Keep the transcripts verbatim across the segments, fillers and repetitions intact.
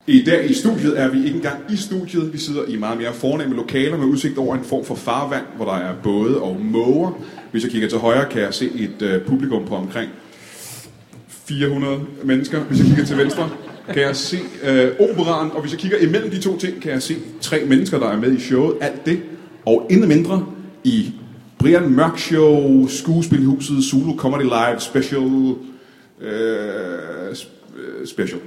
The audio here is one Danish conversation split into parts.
I dag i studiet er vi ikke engang i studiet. Vi sidder i meget mere fornemme lokaler med udsigt over en form for farvand, hvor der er både og måger. Hvis jeg kigger til højre, kan jeg se et uh, publikum på omkring fire hundrede mennesker. Hvis jeg kigger til venstre, kan jeg se uh, operaen. Og hvis jeg kigger imellem de to ting, kan jeg se tre mennesker, der er med i showet. Alt det og intet mindre i Brian Mørk Show, Skuespilhuset, Zulu Comedy Live Special. Uh, sp- special.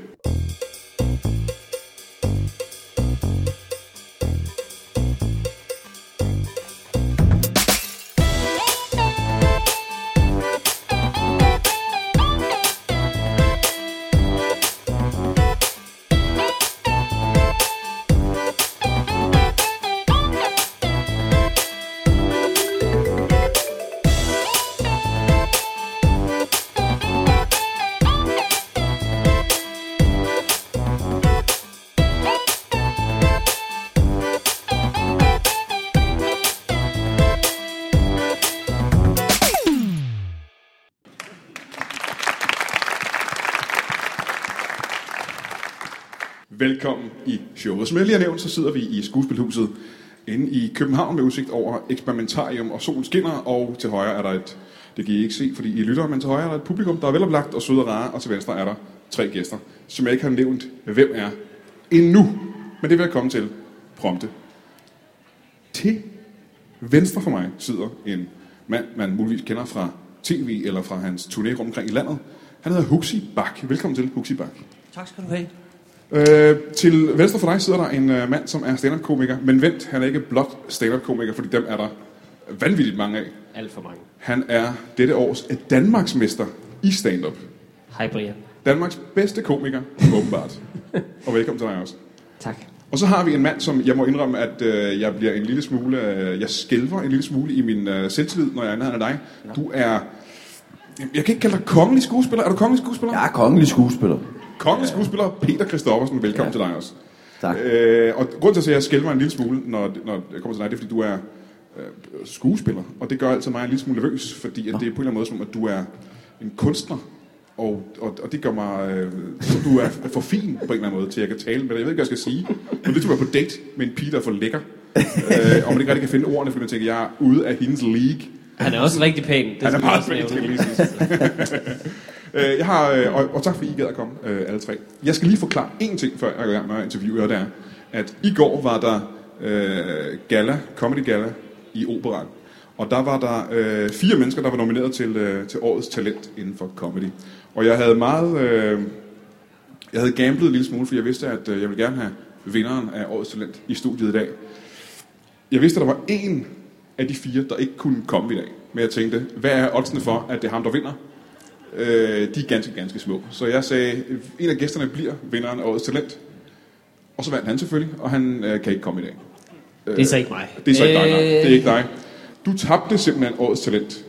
Velkommen i showet. Som jeg lige har nævnt, så sidder vi i Skuespilhuset inde i København med udsigt over Eksperimentarium, og solen skinner, og til højre er der et, det kan I ikke se, fordi I lytter, men til højre er der et publikum, der er veloplagt og søde og rare, og til venstre er der tre gæster, som jeg ikke har nævnt, hvem er endnu. Men det vil jeg komme til prompte. Til venstre for mig sidder en mand, man muligvis kender fra tv eller fra hans turné rundt omkring i landet. Han hedder Huxi Bach. Velkommen til, Huxi Bach. Tak skal du have. Øh, til venstre for dig sidder der en uh, mand, som er stand-up-komiker, men vent, han er ikke blot stand-up-komiker, fordi dem er der vanvittigt mange af. Alt for mange. Han er dette års Danmarksmester i stand-up. Hej Brian. Danmarks bedste komiker, åbenbart. Og velkommen til dig også. Tak. Og så har vi en mand, som jeg må indrømme, at øh, jeg bliver en lille smule, øh, jeg skælver en lille smule i min øh, selvtillid, når jeg er nærmere dig. Du er, jeg kan ikke kalde dig kongelig skuespiller. Er du kongelig skuespiller? Jeg er kongelig skuespiller. Kongelig skuespiller Peter Christoffersen, velkommen ja. til dig også. Tak. Øh, og grunden til at sige, at jeg skælver en lille smule, når, når jeg kommer til dig, det er, fordi du er øh, skuespiller. Og det gør altid mig en lille smule nervøs, fordi at det er på en eller anden måde som, at du er en kunstner. Og, og, og det gør mig, øh, du er for fin på en eller anden måde, til at jeg kan tale med dig. Jeg ved ikke, hvad jeg skal sige. Men det du er på date med en pige, der er for lækker. øh, og man ikke rigtig kan finde ordene, fordi man tænker, jeg er ude af hendes league. Han er også rigtig pæn. Det Han er meget pæn, skal jeg lige sige. Jeg har, og, og tak fordi I gad at komme, øh, alle tre. Jeg skal lige forklare én ting, før jeg går i gang med at interviewe jer, der. At i går var der øh, gala, comedy gala i Operaen. Og der var der øh, fire mennesker, der var nomineret til, øh, til årets talent inden for comedy. Og jeg havde meget, øh, jeg havde gamblet en lille smule, for jeg vidste, at øh, jeg ville gerne have vinderen af årets talent i studiet i dag. Jeg vidste, at der var en af de fire, der ikke kunne komme i dag. Men jeg tænkte, hvad er oddsene for, at det er ham, der vinder? Øh, de er ganske, ganske små. Så jeg sagde, en af gæsterne bliver vinderen af årets talent. Og så vandt han selvfølgelig, og han øh, kan ikke komme i dag. Det er så ikke mig. Det er så ikke dig, nej. Det er ikke dig. Du tabte simpelthen årets talent.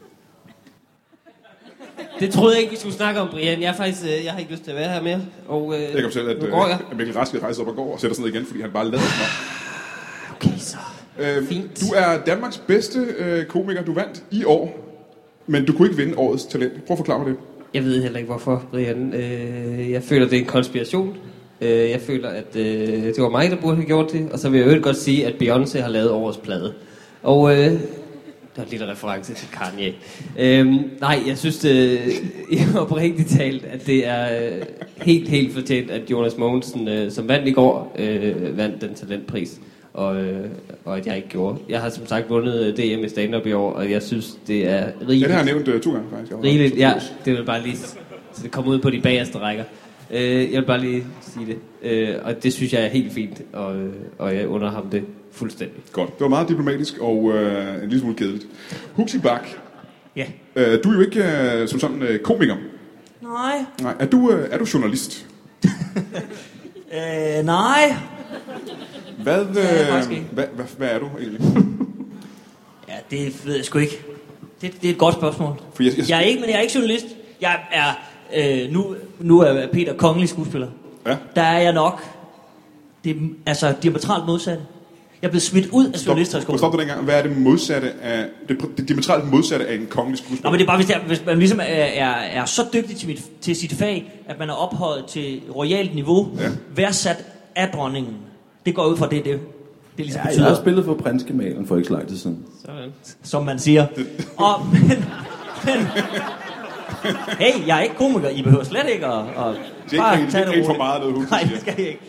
Det troede jeg ikke, vi skulle snakke om, Brian. Jeg, er faktisk, øh, jeg har ikke lyst til at være her mere. Og, øh, jeg kan selv, at, går jeg. at Mikkel Rask rejser op og går og sætter sig ned igen, fordi han bare lader sådan op. Okay, så. Øh, Fint. du er Danmarks bedste øh, komiker. Du vandt i år, men du kunne ikke vinde årets talent. Prøv at forklare mig det. Jeg ved heller ikke, hvorfor, Brian. Øh, jeg føler, det er en konspiration. Øh, jeg føler, at øh, det var mig, der burde have gjort det. Og så vil jeg jo godt sige, at Beyoncé har lavet årets plade. Og øh, der er en lille reference til Kanye. Øhm, nej, jeg synes det, jeg var på rigtig talt, at det er øh, helt, helt fortjent, at Jonas Mogensen, øh, som vandt i går, øh, vandt den talentpris. Og, øh, og at jeg ikke gjorde. Jeg har som sagt vundet D M i stand-up i år, og jeg synes, det er rigeligt. Ja, det har jeg nævnt uh, to gange faktisk. Rigeligt, ja. Det vil bare lige, så det kommer ud på de bagerste rækker. Øh, jeg vil bare lige sige det. Øh, og det synes jeg er helt fint, og, og jeg under ham det fuldstændig. Godt. Det var meget diplomatisk og øh, en lille smule kedeligt. Huxi Bach. Ja. Øh, du er jo ikke øh, som sådan øh, komiker. Nej. Nej. Er du, øh, er du journalist? øh, nej. Hvad, øh, Ja, hvad, hvad, hvad er du egentlig? Ja, det ved jeg sgu ikke. Det, det er et godt spørgsmål. For jeg, jeg, jeg er ikke, men jeg er ikke journalist. Jeg er øh, nu, nu er Peter kongelig skuespiller. Ja. Der er jeg nok. Det er altså diametralt modsatte. Jeg er blevet smidt ud af Stop, journalisthøjskolen. stop det dengang. Hvad er det modsatte af, det, det diametralt modsatte af en kongelig skuespiller? Nå, men det er bare, hvis, det er, hvis man ligesom er, er, er så dygtig til, mit, til sit fag, at man er ophøjet til royalt niveau, ja. Værdsat af dronningen. Det går ud fra det, det, det ligesom ja, betyder. Jeg har spillet for prinsgemalen for ikke så lang tid siden. Sådan. Som man siger. Og, men, men, hey, jeg er ikke komiker. I behøver slet ikke at, at det er ikke, ikke, ikke for meget noget, hun Nej, det skal jeg ikke.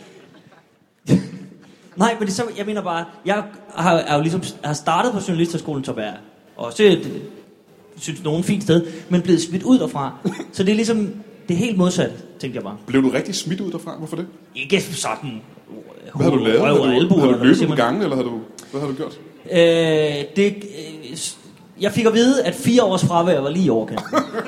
Nej, men det er så, jeg mener bare, jeg har, er jo ligesom, har startet på journalisterskolen som er, og så det, synes nogen fint sted, men blevet smidt ud derfra. Så det er ligesom, det er helt modsat, tænkte jeg bare. Blev du rigtig smidt ud derfra? Hvorfor det? Ikke sådan. Hvad har du lavet? Røv og Har du, albuer, har du løbet på gangen, eller har du, hvad har du gjort? Øh, det, øh, jeg fik at vide, at fire års fravær var lige i overkant.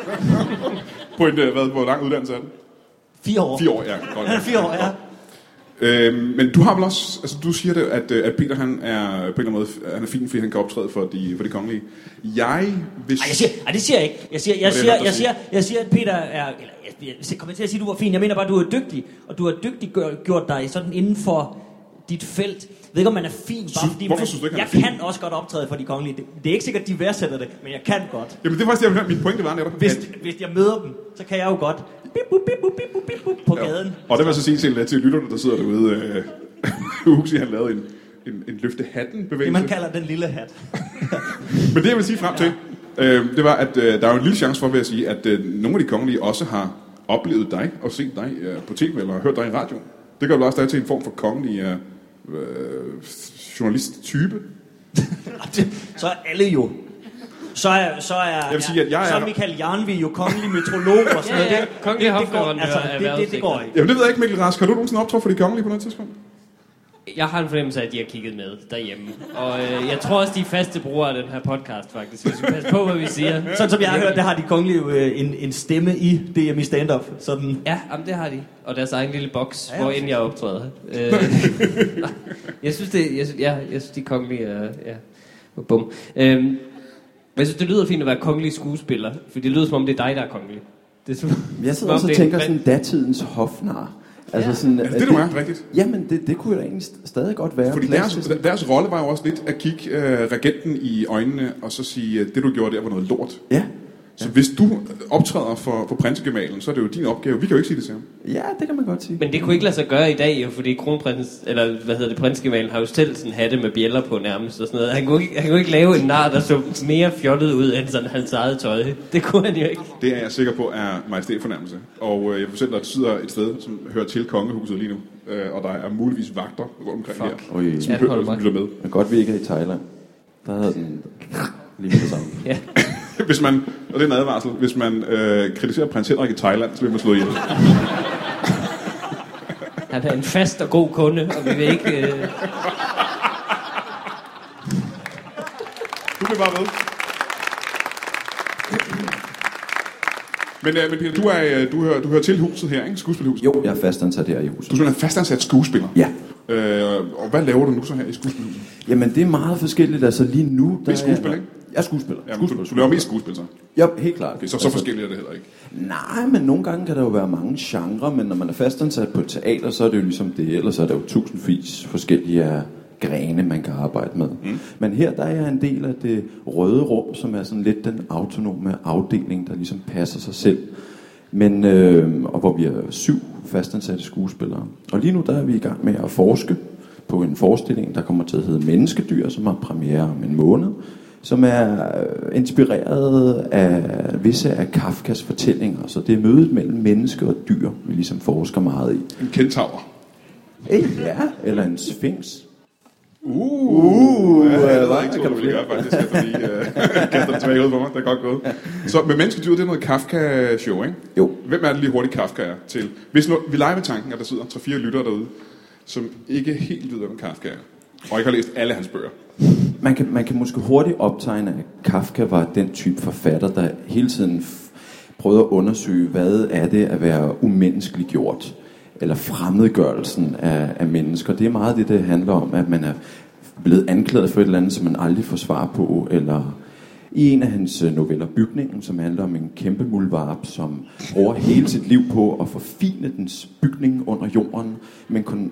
På en, hvad, hvor lang uddannelse er den? Fire år. Fire år, ja. Godt. Fire år, ja. Øhm, men du har vel også, altså du siger det, at, at Peter han er på en eller anden måde, han er fin, fordi han kan optræde for de, for de kongelige. Jeg, hvis... Ej, jeg siger, ej, det siger jeg ikke. Jeg siger, jeg, siger, jeg, siger, jeg siger, at Peter er, eller jeg, jeg kommer til at sige, at du var fin. Jeg mener bare, at du er dygtig, og du har dygtig gjort dig sådan inden for dit felt. Jeg ved ikke, om man er fin, bare fordi Hvorfor man, synes du ikke, jeg kan fin? Også godt optræde for de kongelige. Det, det er ikke sikkert, at de værdsætter det, men jeg kan godt. Jamen det er faktisk det, jeg, min pointe var netop. Hvis, at, hvis jeg møder dem, så kan jeg jo godt bip, bip, bip, bip, bip, bip, bip, på gaden. Og det vil jeg så sige til, til lytterne, der sidder derude. Øh, Huxi, han lavede en, en, en løfte hatten bevægelse. Det man kalder den lille hat. Men det jeg vil sige frem til, øh, det var, at øh, der er jo en lille chance for, vil jeg sige, at øh, nogle af de kongelige også har oplevet dig og set dig øh, på tv eller hørt dig i radio. Det gør vel også dig til en form for kongelig øh, journalist-type. Så er alle jo. Så er, så er, jeg vil sige, at jeg så er er... Michael Jarnvig jo kongelig meteorolog og sådan noget. Ja, ja, det, kongelig det, det, går, altså, det, det, det går ikke. Jamen det ved jeg ikke, Mikkel Rask. Har du nogensinde optrådt for de kongelige på noget tidspunkt? Jeg har en fornemmelse af, at de har kigget med derhjemme. Og øh, jeg tror også, de er faste brugere af den her podcast, faktisk. Hvis vi passer på, hvad vi siger. Sådan som jeg har hørt, der har de kongelige øh, en, en stemme i D M I stand-up. Sådan. Ja, jamen, det har de. Og deres egen lille boks, Ja, ja. hvorinde jeg optræder. Øh, jeg synes, det, jeg synes, ja, jeg synes, de kongelige er... Ja, bum. Øh, jeg synes, det lyder fint at være kongelig skuespiller. For det lyder, som om det er dig, der er kongelig. Det er, som, jeg sidder også og tænker sådan datidens hofnar. Altså ja. sådan, Ja, det er du er, rigtigt. Jamen, det, det kunne jo da egentlig stadig godt være. Fordi deres, deres rolle var jo også lidt at kigge øh, regenten i øjnene, og så sige, at det du gjorde der var noget lort. Ja. Så hvis du optræder for, for prinsegemalen, så er det jo din opgave. Vi kan jo ikke sige det til ham. Ja, det kan man godt sige. Men det kunne ikke lade sig gøre i dag, jo, fordi kronprins, eller hvad hedder det, prinsgemalen har jo selv sådan hatte med bjælder på nærmest og sådan noget. Han kunne ikke, han kunne ikke lave en nar, der så mere fjollet ud end sådan hans eget tøj. Det kunne han jo ikke. Det er jeg sikker på er majestætfornærmelse. Og øh, jeg fortæller, at der sidder et sted, som hører til kongehuset lige nu. Øh, og der er muligvis vagter rundt omkring Fuck. her, Oj. som Ja, hører, som lytter med. Men godt, vi ikke er i Thailand. Der havde den lige med det samme. Ja. Hvis man, og det er en advarsel, hvis man øh, kritiserer prins Henrik i Thailand, så vil man slå ihjel. Han er en fast og god kunde, og vi vil ikke... Øh... Du bliver bare ved. Men, øh, men Peter, du, er, du, hører, du hører til huset her, ikke? Skuespilhuset. Jo, jeg er fastansat her i huset. Du er sådan en fastansat skuespiller. Ja. Øh, og hvad laver du nu så her i skuespilhuset? Jamen, det er meget forskelligt. Altså lige nu... Det er skuespil, ikke? Jeg er skuespiller. Ja, skuespiller. du, du laver mest skuespil, så? Ja, helt klart. Okay, så, så forskelligt er det heller ikke. Nej, men nogle gange kan der jo være mange genrer, men når man er fastansat på et teater, så er det jo ligesom det, ellers er der jo tusindvis forskellige grene, man kan arbejde med. Mm. Men her der er jeg en del af det røde rum, som er sådan lidt den autonome afdeling, der ligesom passer sig selv. Men, øh, og hvor vi er syv fastansatte skuespillere. Og lige nu der er vi i gang med at forske på en forestilling, der kommer til at hedde Menneskedyr, som har premiere om en måned, som er inspireret af visse af Kafkas fortællinger. Så det er mødet mellem menneske og dyr, vi ligesom forsker meget i. En kentaur. Hey, ja, eller en sphinx. Uh, uh ja, jeg ved ikke, hvad du ville gøre, faktisk. Jeg får lige uh, kaster det tilbage ud på mig. Det er godt gået. Så med Menneskedyr, det er noget Kafka-show, ikke? Jo. Hvem er det lige hurtigt Kafka er til? Hvis nu, vi leger med tanken, at der sidder tre-fire lyttere derude, som ikke helt ved, hvem Kafka er, og ikke har læst alle hans bøger. Man kan, man kan måske hurtigt optegne, at Kafka var den type forfatter, der hele tiden f- prøvede at undersøge, hvad er det at være umenneskeligt gjort, eller fremmedgørelsen af, af mennesker. Det er meget det, det handler om, at man er blevet anklaget for et eller andet, som man aldrig får svar på, eller i en af hans noveller, Bygningen, som handler om en kæmpe muldvarp, som bruger hele sit liv på at forfine dens bygning under jorden, men kun er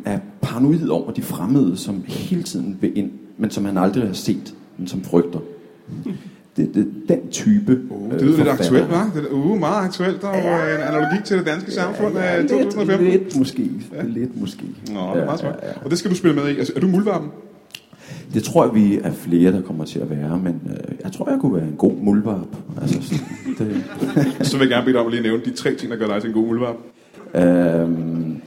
paranoid over de fremmede, som hele tiden vil ind, men som han aldrig har set, men som frygter. Det, det, den type uh, det lyder lidt aktuelt, hva'? Det er uh, meget aktuelt. Der er ja, en analogi til det danske samfund af ja, to tusind og femten. Lidt måske. Ja. Lidt måske. Nå, det er meget smart. Ja, ja. Og det skal du spille med i. Altså, er du muldvarpen? Det tror jeg, vi er flere, der kommer til at være, men øh, jeg tror, jeg kunne være en god muldvarp. Altså, det... Så vil jeg gerne bede dig om at lige nævne de tre ting, der gør dig til en god muldvarp. Øhm...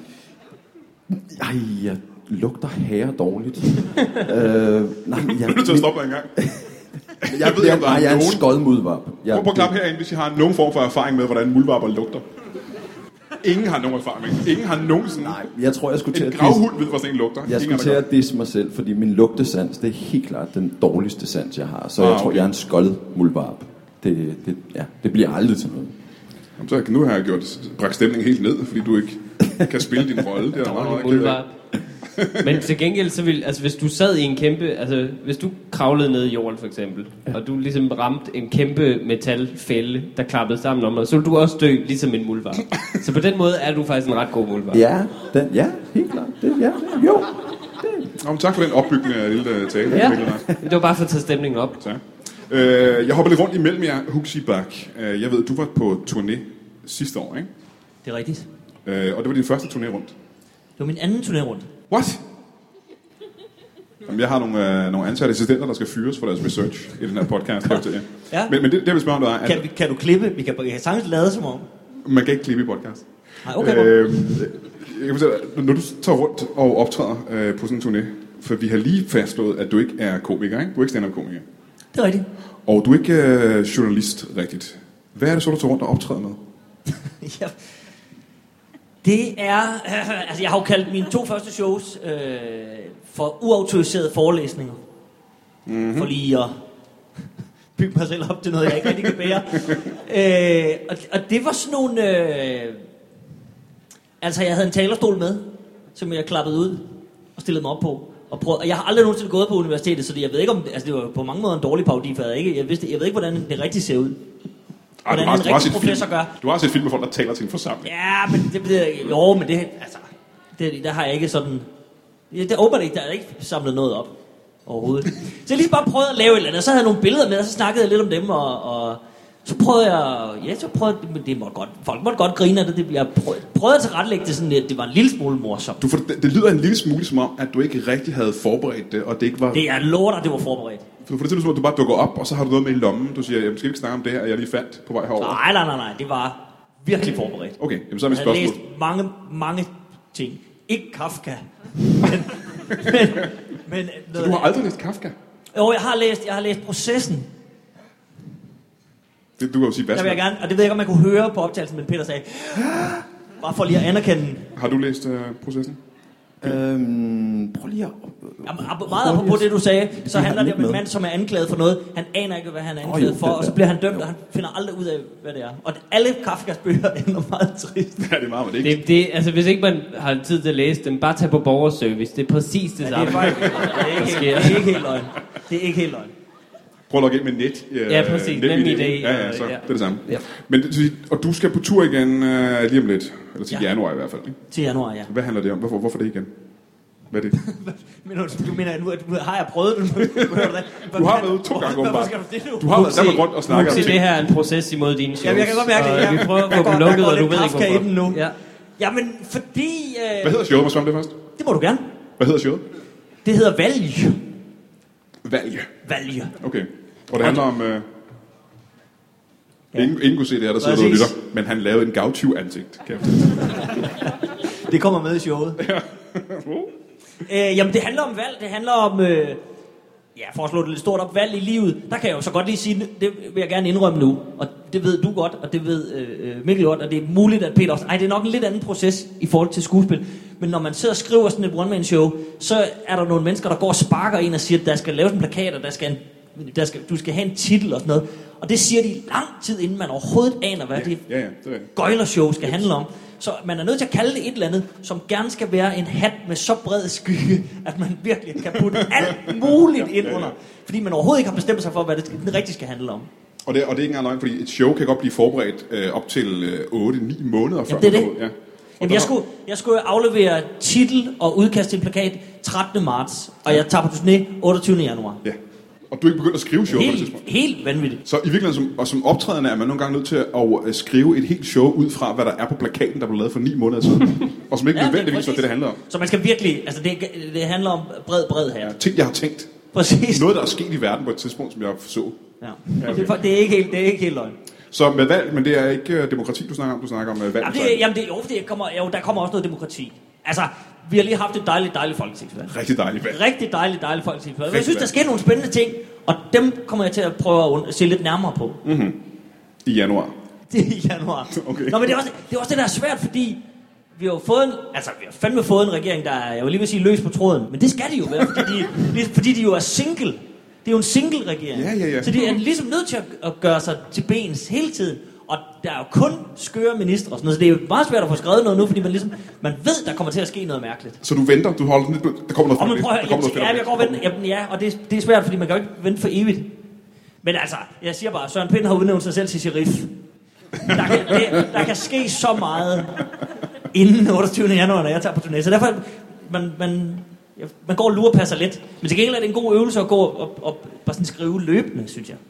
Ej, jeg lugter herre dårligt. øh, nej, jeg... Du er nødt til at stoppe dig en gang. Jeg ved ikke, om der er, er nogen... en skodmuldvarp. Prøv på at klappe herinde, hvis I har nogen form for erfaring med, hvordan muldvarper lugter. Ingen har nogen erfaring med. Ingen har nogensinde... Nej, jeg tror, jeg skulle til en at... En gravhund ved, hvor sådan en lugter. Jeg skulle til at disse mig selv, fordi min lugtesans, det er helt klart den dårligste sans, jeg har. Så ah, jeg tror, okay. jeg er en skoldet muldvarp. Det, det, ja, det bliver aldrig til noget. Jamen, så nu har jeg gjort bragt stemningen helt ned, fordi du ikke kan spille din rolle. Det er meget, meget Men til gengæld, så vil, altså hvis du sad i en kæmpe, altså hvis du kravlede ned i jorden for eksempel, ja. og du ligesom ramte en kæmpe metalfælde, der klappede sammen om dig, så ville du også dø ligesom en muldvarp. Så på den måde er du faktisk en ret god muldvarp. Ja, den, ja, helt klart. Det, ja, jo. Det. Jamen, tak for den opbygning af lille tale. Ja, det var bare for at tage stemningen op. Tak. Øh, jeg hopper lidt rundt imellem jer, Huxi Bach. Jeg ved, du var på turné sidste år, ikke? Det er rigtigt. Øh, og det var din første turné rundt. Det var min anden turné rundt. What? Jamen, jeg har nogle, øh, nogle ansatte assistenter, der skal fyres for deres research i den her podcast. Ja. Men, men det, det jeg vil spørge om, er... Kan, kan du klippe? Vi kan, vi kan sagtens lade som om. Man kan ikke klippe i podcast. Nej, okay. Øh, jeg kan fortælle, når du tager rundt og optræder øh, på sådan en turné, for vi har lige fastslået, at du ikke er komiker, ikke? Du er ikke stand-up-komiker. Det er rigtigt. Og du er ikke øh, journalist rigtigt. Hvad er det så, du tager rundt og optræder med? ja. Det er... Øh, altså, jeg har jo kaldt mine to første shows øh, for uautoriserede forelæsninger. Mm-hmm. For lige at bygge mig selv op til noget, jeg ikke rigtig kan bære. øh, og, og det var sådan nogle... Øh, altså, jeg havde en talerstol med, som jeg klappede ud og stillede mig op på. Og, prøvede, og jeg har aldrig nogensinde gået på universitetet, så det, jeg ved ikke om... Altså, det var på mange måder en dårlig parodi, for jeg, ikke, jeg, vidste, jeg ved ikke, hvordan det rigtigt ser ud. Ej, hvordan du har, en rigtig professor film. gør. Du har set film med folk, der taler til en forsamling. Ja, men det bliver... Jo, men det... Altså, det, der har jeg ikke sådan... Det er åbenbart ikke, der er ikke samlet noget op overhovedet. Så jeg lige bare prøvede at lave et eller andet, og så havde jeg nogle billeder med, og så snakkede jeg lidt om dem, og... og så prøvede jeg... Ja, så prøvede jeg... Det måtte godt, folk måtte godt grine af det. det jeg prøvede, prøvede at tilrettelægge det sådan, at det var en lille smule morsomt. Du, for det, det lyder en lille smule som om, at du ikke rigtig havde forberedt det, og det ikke var... Det er lort, at det var forberedt. For, for det er som om, du bare dukker op, og så har du noget med i lommen. Du siger, jamen, skal vi ikke snakke om det her, jeg lige fandt på vej herover? Nej, nej, nej, nej. Det var virkelig forberedt. Okay, jamen, så er mit spørgsmål. Jeg har læst mange, mange ting. Ikke Kafka. men, men, men så du har aldrig læst Kafka? Jo, jeg har læst, jeg har læst Processen. Det, du kan jo sige, hvad jeg vil jeg gerne, og det ved jeg ikke, om man kunne høre på optagelsen, men Peter sagde, bare for lige at anerkende. Har du læst uh, Processen? Øhm, prøv lige at... Jamen, meget på det, du sagde, så handler det om en mand, som er anklaget for noget. Han aner ikke, hvad han er anklaget oh, jo, for, og så bliver han dømt, jo. Og han finder aldrig ud af, hvad det er. Og alle Kafkas bøger ender meget trist. Ja, det er meget, men det ikke. Det, det, altså, hvis ikke man har tid til at læse dem, bare tag på borgerservice. Det er præcis det samme. Ja, det, er faktisk, det, er ikke, det er ikke helt løgn. Det er ikke helt løgn. Prøv at logge ind med net. Uh, ja, præcis. NemID. Ja, ja, så ja. Det er det samme. Ja. Men, og du skal på tur igen uh, lige om lidt. Eller til ja. januar i hvert fald. Ikke? Til januar, ja. Hvad handler det om? Hvorfor, hvorfor det igen? Hvad er det? Men du mener, nu har jeg prøvet det? Du har været to gange åbenbart. Du har været sammen rundt og snakket om ting. Det her er en proces imod dine shows. Ja, jeg kan godt mærke det. Ja. Vi prøver at få dem lukket, og du ved ikke hvorfor. Nu. Ja. Jamen, fordi... Øh... Hvad hedder showet? Må jeg svare det først? Det må du gerne. Hvad hedder showet? Det hedder Valg. Valg? Valg. Okay. Og det handler om... Øh... Ja. Ingen, ingen kunne se det her, der sidder og lytter. Men han lavede en gavtyv ansigt. Kan jeg det kommer med i showet. Ja. øh, jamen, det handler om valg. Det handler om... Øh... Ja, for at slå det lidt stort op, valg i livet. Der kan jeg jo så godt lige sige, det vil jeg gerne indrømme nu. Og det ved du godt, og det ved øh, Mikkel godt. Og det er muligt, at Peter også... Ej, det er nok en lidt anden proces i forhold til skuespil. Men når man sidder og skriver sådan et one-man-show, så er der nogle mennesker, der går og sparker en og siger, at der skal laves en plakat, og der skal en Der skal, du skal have en titel og sådan noget. Og det siger de lang tid, inden man overhovedet aner, hvad ja, det, ja, ja, det gøjlershow skal handle om. Så man er nødt til at kalde det et eller andet, som gerne skal være en hat med så bred skygge, at man virkelig kan putte alt muligt ind under. Fordi man overhovedet ikke har bestemt sig for, hvad det, det rigtigt skal handle om. Og det, og det er ikke engang løgn, fordi et show kan godt blive forberedt øh, op til øh, otte ni måneder før. Jamen, det er det. Ja. Jamen, jeg, skulle, jeg skulle aflevere titel og udkast til en plakat trettende marts, og jeg tager på turné otteogtyvende januar. Ja. Og du er ikke begyndt at skrive show helt, på det tidspunkt? Helt vanvittigt. Så i virkeligheden, som, og som optrædende er man nogle gange nødt til at skrive et helt show ud fra, hvad der er på plakaten, der blev lavet for ni måneder siden. Og som ikke ja, nødvendigvis er det, det handler om. Så man skal virkelig, altså det, det handler om bred, bred her. Ja, ting, jeg har tænkt. Præcis. Noget, der er sket i verden på et tidspunkt, som jeg så. Ja. Ja, okay. det, er, det, er ikke helt, det er ikke helt løgn. Så med valg, men det er ikke uh, demokrati, du snakker om, du snakker om uh, valg. Jamen, det, jamen det, jo, det kommer, jo, der kommer også noget demokrati. Altså, vi har lige haft et dejligt, dejligt folketingsvalg. Rigtig dejligt valg. Rigtig dejligt, dejligt folketingsvalg. Jeg synes, der sker nogle spændende ting, og dem kommer jeg til at prøve at se lidt nærmere på. Mm-hmm. I januar. Det er i januar. Okay. Nå, men det er, også, det er også det, der er svært, fordi vi har fået en, altså, vi har fandme fået en regering, der er, jeg vil lige vil sige, løs på tråden. Men det skal de jo være, fordi de, fordi de jo er single. Det er jo en single-regering. Ja, ja, ja. Så de er ligesom nødt til at, at gøre sig til bens hele tiden. Og der er jo kun skøre ministre og sådan noget, så det er jo meget svært at få skrevet noget nu, fordi man ligesom, man ved, der kommer til at ske noget mærkeligt. Så du venter, du holder lidt, der kommer noget og man prøver, der kommer jeg, noget jeg, jeg går vente, jamen, ja, og det, det er svært, fordi man kan jo ikke vente for evigt. Men altså, jeg siger bare, Søren Pind har udnævnt sig selv til sheriff. Der kan, det, der kan ske så meget inden otteogtyvende januar, når jeg tager på turné. Så derfor, man, man, man går og lurepasser lidt. Men til gengæld er det en god øvelse at gå og, og bare sådan skrive løbende, synes jeg.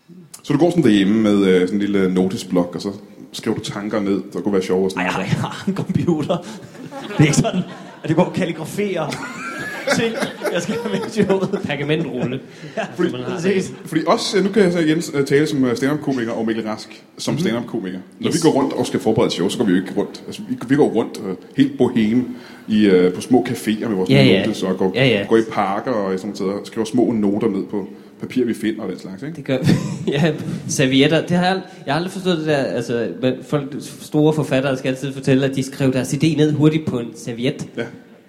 Så du går sådan derhjemme med øh, sådan en lille notesblok, og så skriver du tanker ned, der kunne være sjovt og sådan noget? Nej, jeg har en computer. Det er ikke sådan, at det går og kalligrafere. Se, jeg skal have med showet. Pergamentrulle. Ja, fordi, fordi også, nu kan jeg så igen tale som stand-up-komiker og Mikkel Rask som mm-hmm. stand-up-komiker. Når yes. vi går rundt og skal forberede et show, så går vi jo ikke rundt. Altså, vi, vi går rundt uh, helt boheme i, uh, på små caféer med vores ja, ja. notes, og går, ja, ja. går i parker og sådan noget, og skriver små noter ned på papir, vi finder og den slags, ikke? Det gør ja, servietter. Det har jeg, jeg har aldrig forstået det der, altså, folk, store forfattere skal altid fortælle, at de skrev deres idé ned hurtigt på en serviet. Ja.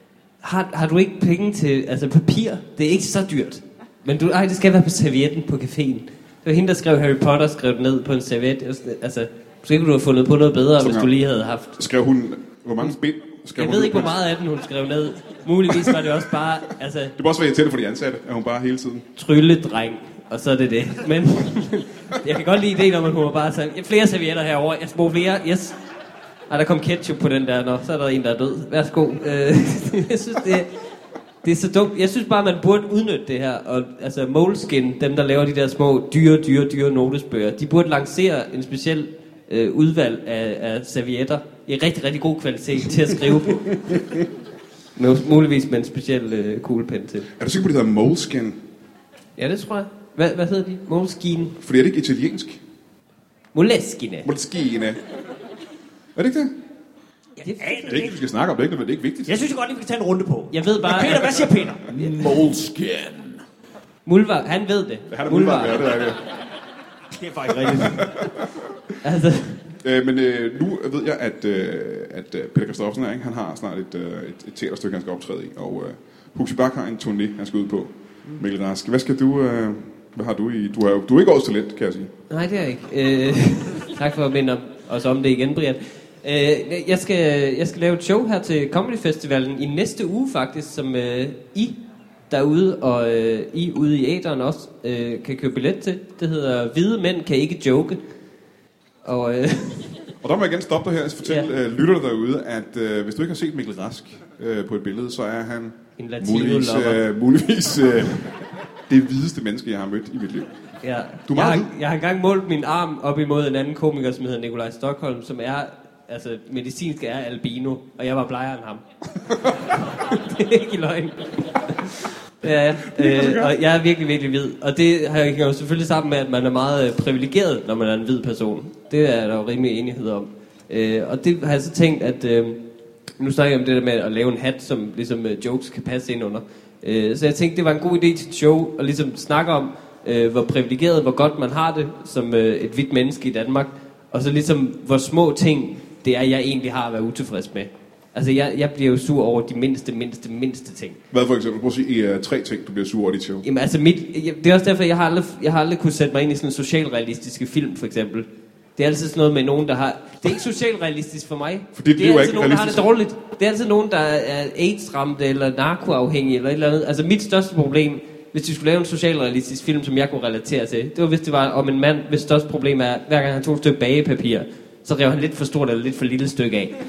Har, har du ikke penge til, altså papir? Det er ikke så dyrt. Men du, ej, det skal være på servietten på caféen. Det var hende, der skrev Harry Potter, skrev det ned på en serviet. Altså, måske kunne du have fundet på noget bedre, som hvis du lige havde haft. Skrev hun, hvor mange bind? Jeg ved ikke, hvor meget af den hun skrev ned. Muligvis var det også bare, altså... Det må også være irriterende for de ansatte, at hun bare hele tiden... Trylledreng, og så er det det. Men jeg kan godt lide ideen om, at hun var bare sagt, flere servietter herovre, jeg skal bruge flere, yes. Ej, der kom ketchup på den der, nå, så er der en, der er død. Værsgo. Øh, jeg synes, det er, det er så dumt. Jeg synes bare, man burde udnytte det her. Og, altså, Moleskin, dem der laver de der små, dyre, dyre, dyre notesbøger, de burde lancere en speciel øh, udvalg af, af servietter i rigtig, rigtig god kvalitet til at skrive på. Med, muligvis med en speciel øh, kuglepen til. Er du sikker på, det hedder Moleskin? Ja, det tror jeg. Hvad, hvad hedder de? Moleskin? Fordi er det ikke italiensk? Moleskine. Moleskine. Er det ikke det? Ja, det er ikke, vi skal snakke om det, men det er ikke vigtigt. Jeg synes godt, at vi kan tage en runde på. Jeg ved bare... Peter, hvad siger Peter? Moleskin. Mulvar, han ved det. Ja, han er Mulvar, ja, det er det. Det er faktisk rigtigt. altså... Øh, men øh, nu ved jeg, at, øh, at øh, Peter Christoffersen her, ikke? Han har snart et, øh, et, et teaterstykke, han skal optræde i. Og øh, Huxi Bach har en turné, han skal ud på. Mikkel Rask, hvad skal du... Øh, hvad har du i... Du er, du er ikke årets talent, kan jeg sige. Nej, det er jeg ikke. Øh, tak for at minde os om det igen, Brian. Øh, jeg, skal, jeg skal lave et show her til Comedy Festivalen i næste uge faktisk, som øh, I derude og øh, I ude i æteren også øh, kan købe billet til. Det hedder Hvide Mænd Kan Ikke Joke. Og, øh, og der må jeg igen stoppe dig her og fortælle ja. øh, lytterne derude, at øh, hvis du ikke har set Mikkel Rask øh, på et billede, så er han en muligvis, øh, muligvis øh, det hvideste menneske, jeg har mødt i mit liv. Ja. Du jeg, har, jeg har engang målt min arm op imod en anden komiker, som hedder Nikolaj Stockholm, som er, altså medicinsk er albino, og jeg var blegere end ham. Det er ikke løgn. Ja, øh, og jeg er virkelig, virkelig hvid. Og det hænger jo selvfølgelig sammen med, at man er meget privilegeret, når man er en hvid person. Det er der jo rimelig enighed om. Øh, og det har jeg så tænkt, at... Øh, nu snakker jeg om det der med at lave en hat, som ligesom uh, jokes kan passe ind under. Øh, så jeg tænkte, det var en god idé til et show, at ligesom snakke om, øh, hvor privilegeret, hvor godt man har det, som øh, et hvidt menneske i Danmark. Og så ligesom, hvor små ting det er, jeg egentlig har at være utilfreds med. Altså, jeg, jeg bliver jo sur over de mindste, mindste, mindste ting. Hvad for eksempel? Prøv at sige uh, tre ting, du bliver sur over dit show. Jamen, altså, mit, jeg, det er også derfor, jeg har, aldrig, jeg har aldrig kunne sætte mig ind i sådan en socialrealistiske film, for eksempel. Det er altid sådan noget med nogen, der har... Det er ikke socialrealistisk for mig. Fordi det er, det er altid nogen, der har realistisk. det dårligt. Det er altid nogen, der er AIDS-ramte eller narkoafhængige eller et eller andet. Altså, mit største problem, hvis de skulle lave en socialrealistisk film, som jeg kunne relatere til, det var, hvis det var om en mand, hvis største problem er, hver gang han tog et stykke bagepapir, så rev han lidt for stort eller lidt for lille stykke af.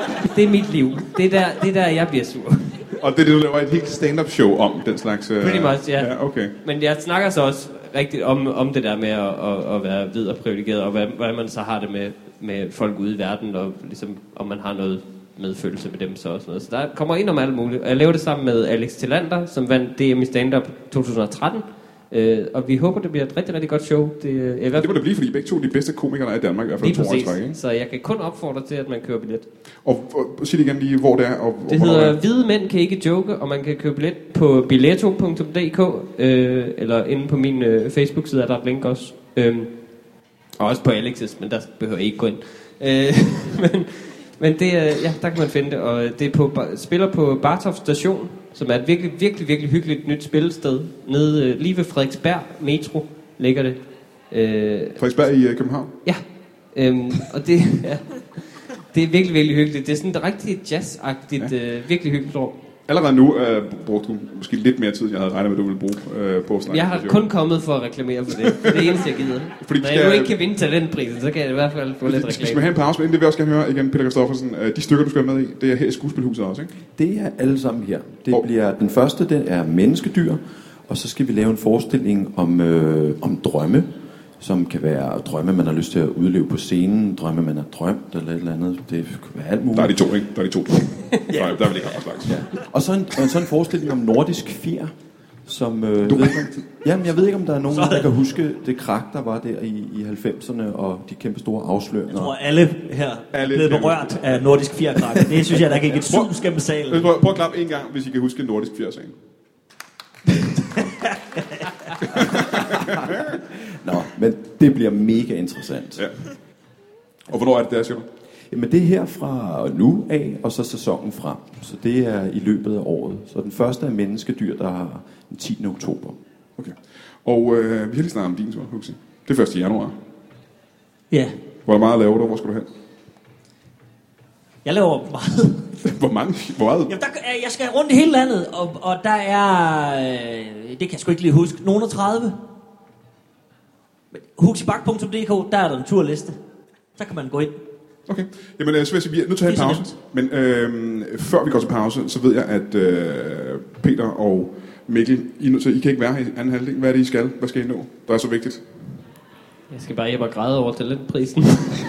Det er mit liv. Det er der, det er der jeg bliver sur. Og det er det, du laver et helt stand-up show om, den slags... Uh... Pretty much, ja. ja okay. Men jeg snakker så også rigtigt om, om det der med at, at, at være hvid og privilegeret, og hvad, hvordan man så har det med, med folk ude i verden, og ligesom, om man har noget medfølelse med dem så og sådan noget. Så der kommer ind om alt muligt. Og jeg laver det sammen med Alex Tillander, som vandt D M i stand-up to tusind og tretten. Uh, og vi håber, det bliver et rigtig, rigtig godt show. Det, uh, i hvert fald... det må det blive, fordi begge to er de bedste komikere, der er i Danmark. I hvert fald lige præcis. Træk, ikke? Så jeg kan kun opfordre til, at man køber billet. Og, og sig det igen lige, hvor det er. Og, det og hedder Hvide Mænd Kan Ikke Joke, og man kan købe billet på billetto punktum d k, øh, eller inde på min øh, Facebook-side er der et link også. Øh, og også på Alex's, men der behøver jeg ikke gå ind. Øh, men men det, øh, ja, der kan man finde det, og det er på, spiller på Bartof Station, som er et virkelig, virkelig, virkelig hyggeligt nyt spillested. Nede øh, lige ved Frederiksberg Metro ligger det. Øh, Frederiksberg i uh, København? Ja, øhm, og det, ja, det er virkelig, virkelig hyggeligt. Det er sådan et rigtig jazz-agtigt, ja. øh, virkelig hyggeligt rum. Allerede nu øh, brugte du måske lidt mere tid, end jeg havde regnet med, at du ville bruge øh, på at snakke. Jeg har kun kommet for at reklamere for det. Det er det eneste, jeg gider. Fordi når jeg nu ikke kan vinde talentprisen, så kan jeg i hvert fald få lidt reklame. Skal vi have en pause? Men det vil jeg også gerne høre igen, Peter Christoffersen. De stykker, du skal være med i, det er her i Skuespilhuset også, ikke? Det er alle sammen her. Det oh. bliver, den første, det er menneskedyr, og så skal vi lave en forestilling om, øh, om drømme, som kan være drømme, man har lyst til at udleve på scenen, drømme, man har drømt, eller et eller andet. Det kan være alt muligt. Der er de to, ikke? Der er de to. ja. Der er vel ikke andre slags. Ja. Og så en, og så en forestilling om nordisk fjer, som... Øh, du... ved ikke, om, jamen, jeg ved ikke, om der er nogen, der kan huske det krak, der var der i, i halvfemserne, og de kæmpe store afsløringer. Jeg tror, alle her er blevet berørt af nordisk fjerkrak. Det synes jeg, der gik et sus gennem salen. Prøv, prøv at klappe en gang, hvis I kan huske en nordisk fjer-sagen. Nå, men det bliver mega interessant. Ja. Og hvornår er det der, siger du? Jamen det er her fra nu af, og så sæsonen frem. Så det er i løbet af året. Så den første er menneskedyr, der har den tiende oktober. Okay. Og øh, vi har lige snakket om din tur, Huxi. Det er første januar. Ja. Hvor meget laver du? Hvor skal du hen? Jeg laver meget. Hvor mange? Hvor meget? Jamen, der, jeg skal rundt i hele landet, og, og der er, øh, det kan jeg sgu ikke lige huske, nogen og tredive. huxibak punktum d k, der er der en turliste. Så kan man gå ind. Okay. Jamen, så vil jeg sige, vi er nødt til at have en pause. Men øh, før vi går til pause, så ved jeg, at øh, Peter og Mikkel, I, nødt til, I kan ikke være her i anden halvdel. Hvad er det, I skal? Hvad skal I nå? Der er så vigtigt. Jeg skal bare hjem og græde over talentprisen.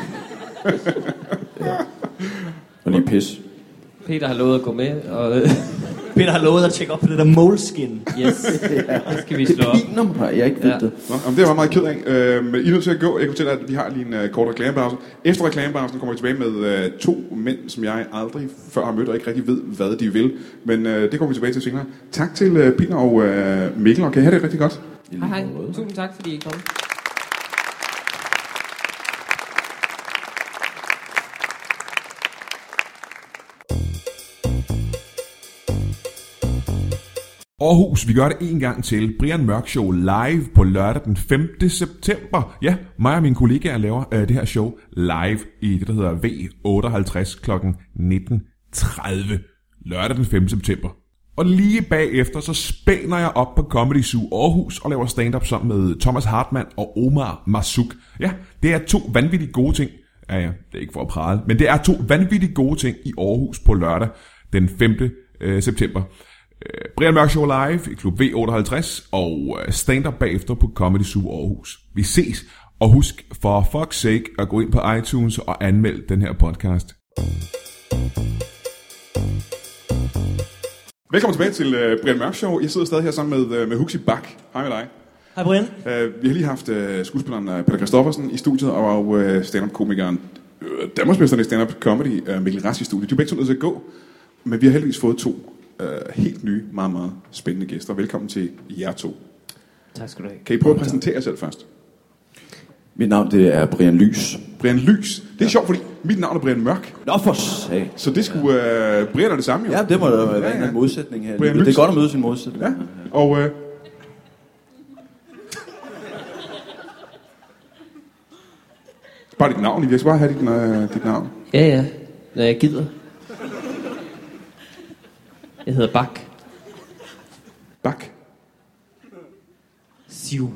Ja. Og lige pis. Peter har lovet at gå med, og... Peter har lovet at tjekke op på det der moleskin. Yes, ja. Det skal vi slå op. Det piner mig, jeg er ikke ved ja. det. Nå, jamen, det var meget ked af. Øh, men I er nødt til at gå. Jeg kan fortælle, at vi har lige en uh, kort reklamepause. Efter reklamepausen kommer vi tilbage med uh, to mænd, som jeg aldrig før har mødt, og ikke rigtig ved, hvad de vil. Men uh, det kommer vi tilbage til senere. Tak til uh, Peter og uh, Mikkel, og kan I have det rigtig godt? Hej hej. Tusind tak, fordi I kom. Aarhus, vi gør det en gang til. Brian Mørk Show live på lørdag den femte september. Ja, mig og mine kollegaer laver øh, det her show live i det, der hedder V otteoghalvtreds klokken nitten tredive. Lørdag den femte september. Og lige bagefter, så spænder jeg op på Comedy Zoo Aarhus og laver stand-up sammen med Thomas Hartmann og Omar Masuk. Ja, det er to vanvittigt gode ting. Ja, ja, det er ikke for at prale, men det er to vanvittigt gode ting i Aarhus på lørdag den femte september. Brian Mørk Show live i Klub V otteoghalvtreds og stand-up bagefter på Comedy Zoo Aarhus. Vi ses, og husk for fuck's sake at gå ind på iTunes og anmelde den her podcast. Velkommen tilbage til uh, Brian Mørk Show. Jeg sidder stadig her sammen med, uh, med Huxi Bak. Hej med dig. Hej Brian. Uh, vi har lige haft uh, skuespilleren uh, Peter Christoffersen i studiet, og uh, stand-up-komikeren, uh, Danmarksmesteren i stand-up comedy, uh, Mikkel Rask i studiet. De er begge to nødt til at gå, men vi har heldigvis fået to uh, helt nye, meget, meget spændende gæster. Velkommen til jer to. Tak skal du have. Kan I prøve at præsentere jer selv først? Mit navn det er Brian Lys. Brian Lys. Det er ja. sjovt, fordi mit navn er Brian Mørk. Nå for sag. Så det skulle uh, Brian er det samme jo. Ja, det må da være ja, ja. en modsætning her. Brian det Lys. er godt at møde sin modsætning. Ja. Og uh, bare dit navn. Jeg skal bare have dit, uh, dit navn. Ja, ja. Når jeg gider. Jeg hedder Bak. Bak. Siv.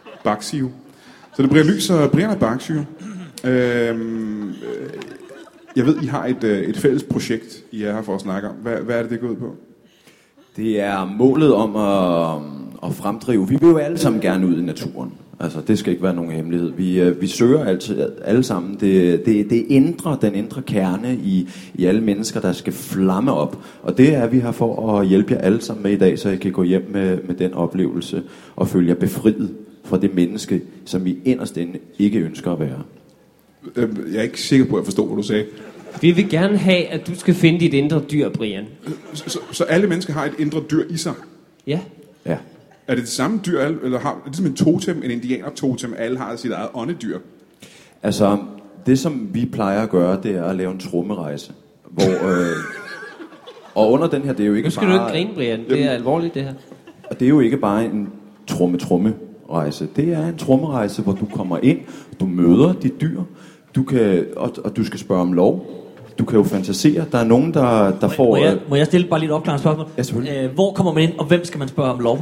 Baksiv. Så det er Brian Lys og Brian er Baksiv. Øhm, øh, Jeg ved, I har et, øh, et fælles projekt, I er her for at snakke om. Hvad, hvad er det, det går ud på? Det er målet om at, at fremdrive. Vi vil jo alle sammen gerne ud i naturen. Altså, det skal ikke være nogen hemmelighed. Vi, øh, vi søger altid alle sammen det, det, det indre, den indre kerne i, i alle mennesker, der skal flamme op. Og det er vi her for at hjælpe jer alle sammen med i dag, så I kan gå hjem med, med den oplevelse og føle jer befriet fra det menneske, som I inderst inde ikke ønsker at være. Jeg er ikke sikker på, at jeg forstår, hvad du sagde. Vi vil gerne have, at du skal finde dit indre dyr, Brian. Så, så, så alle mennesker har et indre dyr i sig? Ja. Ja. Er det det samme dyr, eller har, er det som en totem, en indianer-totem, alle har sit eget åndedyr? Altså, det som vi plejer at gøre, det er at lave en trommerejse. Hvor, øh, og under den her, det er jo ikke Nu skal bare... du ikke grine, Brian. Det er alvorligt, det her. Og det er jo ikke bare en tromme-tromme-rejse. Det er en trommerejse, hvor du kommer ind, du møder dit dyr, du kan, og, og du skal spørge om lov. Du kan jo fantasere. Der er nogen, der, der får... Må jeg, må jeg stille bare lige et opklarende spørgsmål? Ja, selvfølgelig. Æh, hvor kommer man ind, og hvem skal man spørge om lov?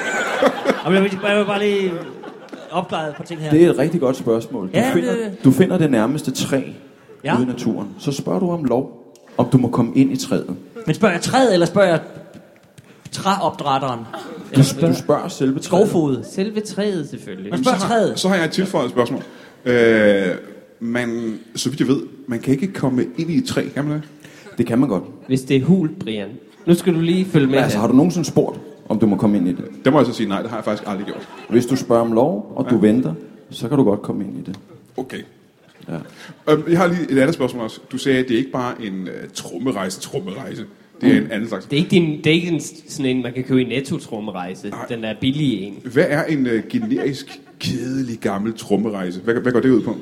jeg, vil, jeg vil bare lige opklare på ting her. Det er et rigtig godt spørgsmål. Du, Ja, finder, det- du finder det nærmeste træ Ja. ude i naturen. Så spørger du om lov, om du må komme ind i træet. Men spørger jeg træet, eller spørger jeg træopdrætteren? Du, du spørger selve træet. Skovfod? Selve træet, selvfølgelig. Man spørger så, har, træet. så har jeg et tilføjet spørgsmål. Øh, man, så vidt jeg ved, man kan ikke komme ind i et træ, kan man det? Det kan man godt. Hvis det er hult, Brian. Nu skal du lige følge med Altså, her. har du nogensinde spurgt, om du må komme ind i det? Der må jeg så sige nej, det har jeg faktisk aldrig gjort. Hvis du spørger om lov, og du venter, så kan du godt komme ind i det. Okay. Ja. Øhm, jeg har lige et andet spørgsmål også. Du sagde, at det er ikke bare en uh, trommerejse, trommerejse. Det er en anden slags. Det er ikke, din, det er ikke en, sådan en, man kan købe i Netto-trommerejse. Den er billig en. Hvad er en uh, generisk, kedelig, gammel trommerejse? Hvad, hvad går det ud på?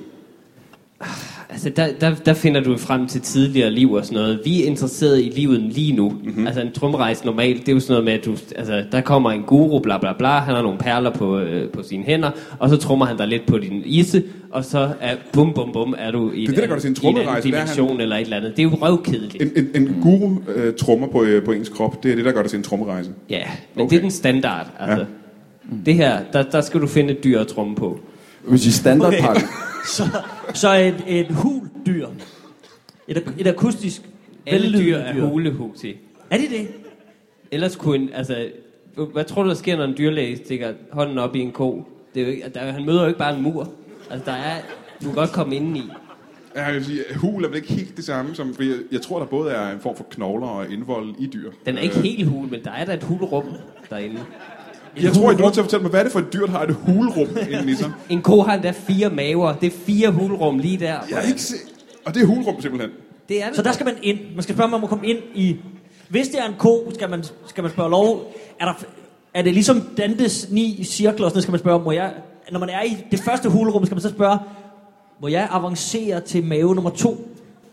Altså, der, der, der finder du frem til tidligere liv og sådan noget. Vi er interesseret i livet lige nu. Mm-hmm. Altså, en trommerejse normalt, det er jo sådan noget med, at du, altså, der kommer en guru, bla bla bla, han har nogle perler på, øh, på sine hænder, og så trommer han dig lidt på din isse, og så er bum bum bum, er du i Det er det, der gør det til en trommerejse. en Hvad er dimension han? eller et eller andet. Det er jo røvkedeligt. En, en, en guru uh, trommer på, uh, på ens krop, det er det, der gør det til en trommerejse. Ja, men Okay. det er den standard. Altså. Ja. Det her, der, der skal du finde et dyr at tromme på. Hvis I standardpakke... Okay. Så, så et, et huldyr. Et, et akustisk Alle dyr vellydende er hulehuti. Er det det? Ellers kunne en, altså, hvad tror du, der sker, når en dyrlæge stikker hånden op i en ko? Det er jo ikke, der, han møder jo ikke bare en mur. Altså, der er, du kan godt komme ind i. Ja, jeg vil sige, hul er vel ikke helt det samme som... For jeg, jeg tror, der både er en form for knogler og indvold i dyr. Den er ikke helt hul, men der er da et hulrum derinde. Jeg tror, jeg er nødt til at fortælle mig, hvad er det for et dyr, der har et hulrum inden i sig? En ko har endda fire maver. Det er fire hulrum lige der. Jeg er ikke se... Og det er hulrum simpelthen. Det er det. Så der skal man ind. Man skal spørge, om man må komme ind i... Hvis det er en ko, skal man, skal man spørge lov. Er, der, er det ligesom Dantes ni cirkler, og sådan noget, skal man spørge, må jeg... Når man er i det første hulrum, skal man så spørge, må jeg avancere til mave nummer to?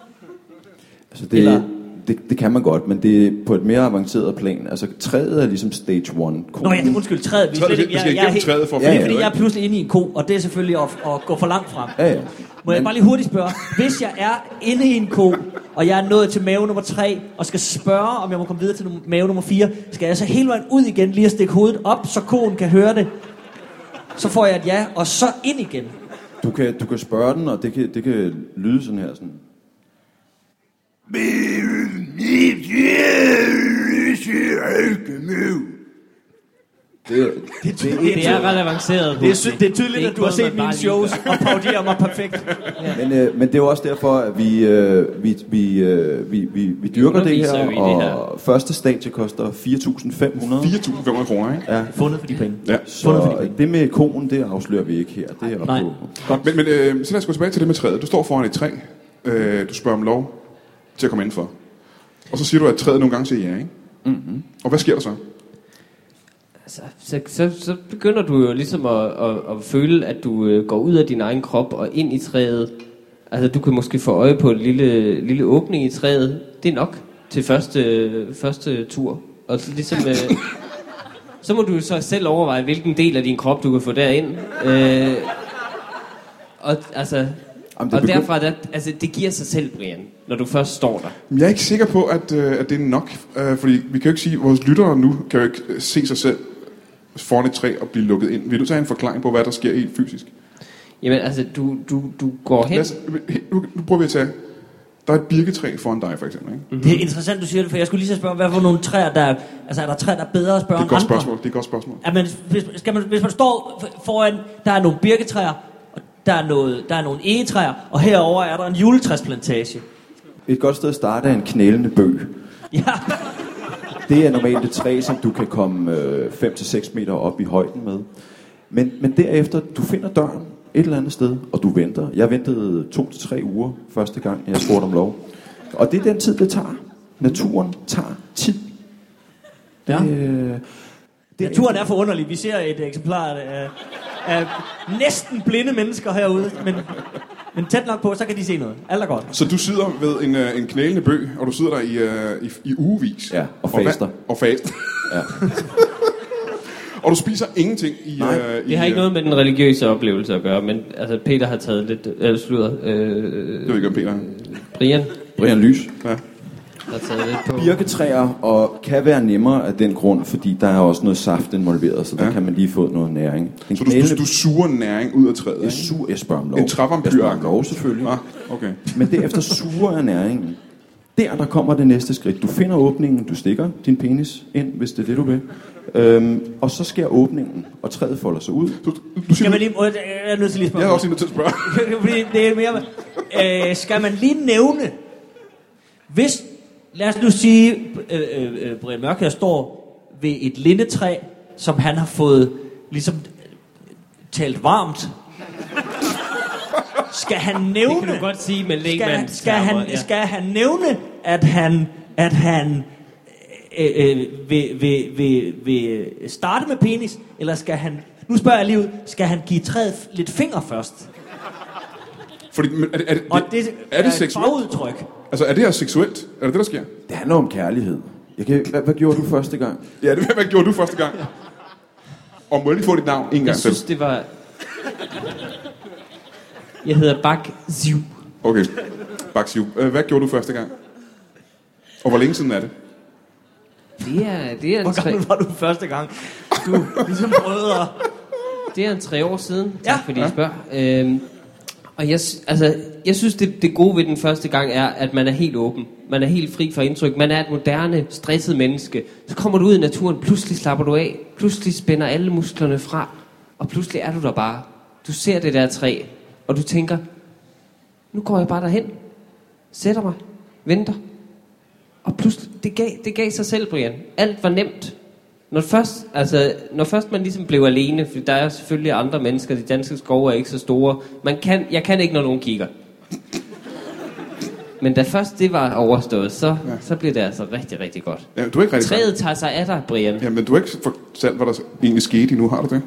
Altså det, Eller- det, det kan man godt, men det er på et mere avanceret plan. Altså træet er ligesom stage one. Nå ja, undskyld, træet. Vi, er Træet, slet vi ikke- skal jeg, jeg, er igennem helt- træet for at Det er finde fordi, noget, jeg er ikke? pludselig inde i en ko, og det er selvfølgelig at, at gå for langt frem. Ja, ja. Må jeg Men- bare lige hurtigt spørge, hvis jeg er inde i en ko, og jeg er nået til mave nummer tre, og skal spørge, om jeg må komme videre til num- mave nummer fire, skal jeg så hele vejen ud igen, lige at stikke hovedet op, så koen kan høre det? Så får jeg et ja, og så ind igen. Du kan, du kan spørge den, og det kan, det kan lyde sådan her. Sådan. Det, det, det, Det er ret avanceret. Det er, sy- det er tydeligt, Det er at du har ikke set noget, man mine bare shows og parodierer mig perfekt. men, øh, men det er jo også derfor, at vi, øh, vi, vi, øh, vi, vi, vi dyrker det underviser her, jo i det og her. første stadie koster fire tusind fem hundrede. fire tusind fem hundrede kroner, ikke? Ja, Fundet for de penge. Ja. så det med koen, det afslører vi ikke her. Det er op Nej. på. Godt. Men, men øh, så lad os gå tilbage til det med træet. Du står foran et træ. Øh, du spørger om lov til at komme indenfor. Og så siger du, at træet nogle gange siger ja, ikke? Mm-hmm. Og hvad sker der så? Altså, så, så, så begynder du jo ligesom at, at, at føle, at du øh, går ud af din egen krop og ind i træet. Altså, du kan måske få øje på en lille, lille åbning i træet. Det er nok til første, første tur. Og så ligesom... Øh, så må du så selv overveje, hvilken del af din krop, du kan få derind. Øh, og altså... Jamen, det Og begy- derfra, der, altså, det giver sig selv, Brian, når du først står der. Jeg er ikke sikker på, at, øh, at det er nok. Øh, fordi vi kan jo ikke sige, at vores lyttere nu kan jo ikke øh, se sig selv foran et træ og blive lukket ind. Vil du tage en forklaring på, hvad der sker helt fysisk? Jamen, altså, du, du, du går hen... Lad os, nu, nu prøver vi at tage Der er et birketræ foran dig, for eksempel, ikke? Mm-hmm. Det er interessant, du siger det, for jeg skulle lige så spørge, hvad for nogle træer, der er... Altså, er der træer, der er bedre at spørge Det er et godt andre? spørgsmål, det er et godt spørgsmål. Ja, men hvis, skal man, hvis man står foran... Der er nogle birketræer, og der er, noget, der er nogle egetræer, og herover er der en juletræsplantage. Et godt sted at starte er en knælende bøg. Ja. Det er normalt et træ, som du kan komme fem til seks meter op i højden med. Men, men derefter, du finder døren et eller andet sted, og du venter. Jeg ventede to til tre uger første gang, jeg spurgte om lov. Og det er den tid, det tager. Naturen tager tid. Ja. Øh, det Naturen er forunderlig. Vi ser et eksemplar af, af næsten blinde mennesker herude, men, men tæt nok på, så kan de se noget. Alt er godt. Så du sidder ved en, uh, en knælende bøg, og du sidder der i, uh, i, i ugevis. Ja, og faster. Og, og faster. Ja. Og du spiser ingenting i... Nej, uh, Det i, har ikke noget med den religiøse oplevelse at gøre, men altså Peter har taget lidt... Eller slutter... Øh, Jeg ved ikke, om Peter... Brian Brian Lys. Ja. har taget lidt på... Birketræer og kan være nemmere af den grund, fordi der er også noget saft involveret, så der Ja. kan man lige få noget næring. Den Så du, du, du suger næring ud af træet, Jeg ikke? suger, jeg spørger om lov. En trævampyr. Jeg spørger om lov, selvfølgelig. Ah, okay. Men derefter suger jeg næringen. Der, der kommer det næste skridt. Du finder åbningen, du stikker din penis ind, hvis det er det, du vil. Øhm, og så sker åbningen, og træet folder sig ud. Du, du siger, Skal man lige... Jeg er nødt til lige at spørge. jeg er også nødt til at spørge. Fordi det er mere... Øh, skal man lige nævne... Hvis... Lad os nu sige, øh, øh, Brian Mørk her står ved et lindetræ, som han har fået ligesom talt varmt. Skal han nævne... Det kan du godt sige med skal, lægmand. skal, han, ja. skal han nævne, at han, at han øh, øh, vil, vil, vil, vil starte med penis, eller skal han... Nu spørger jeg lige ud, skal han give træet lidt finger først? Fordi, men er det, er det, Og det er det et seksuelt? bagudtryk. Altså, er det her seksuelt? Er det det, der sker? Det handler om kærlighed. Jeg kan, hvad, hvad gjorde du første gang? Ja, det, hvad gjorde du første gang? Og må jeg lige få dit navn en gang Jeg til? synes, det var... Jeg hedder Bak Ziv. Okay. Baksiv. Hvad gjorde du første gang? Og hvor længe siden er det? Det er, det er en Hvor tre, gammel var du første gang? Du ligesom prøvede at... det er en tre år siden. Tak Ja. fordi I spørger. Øhm, og jeg, sy- altså, jeg synes, det, det gode ved den første gang er, at man er helt åben. Man er helt fri for indtryk. Man er et moderne, stresset menneske. Så kommer du ud i naturen, pludselig slapper du af. Pludselig spænder alle musklerne fra. Og pludselig er du der bare. Du ser det der træ, og du tænker, nu går jeg bare derhen. Sætter mig. Venter. Og pludselig, det gav, det gav sig selv, Brian. Alt var nemt. Når først, altså, når først man ligesom blev alene, for der er selvfølgelig andre mennesker, de danske skove er ikke så store. Man kan, jeg kan ikke, når nogen kigger. Men da først det var overstået, så, ja. så blev det altså rigtig, rigtig godt. Ja, du er ikke rigtig Træet tager sig af dig, Brian. Ja, men du har ikke fortalt, hvad der egentlig skete endnu, har du det?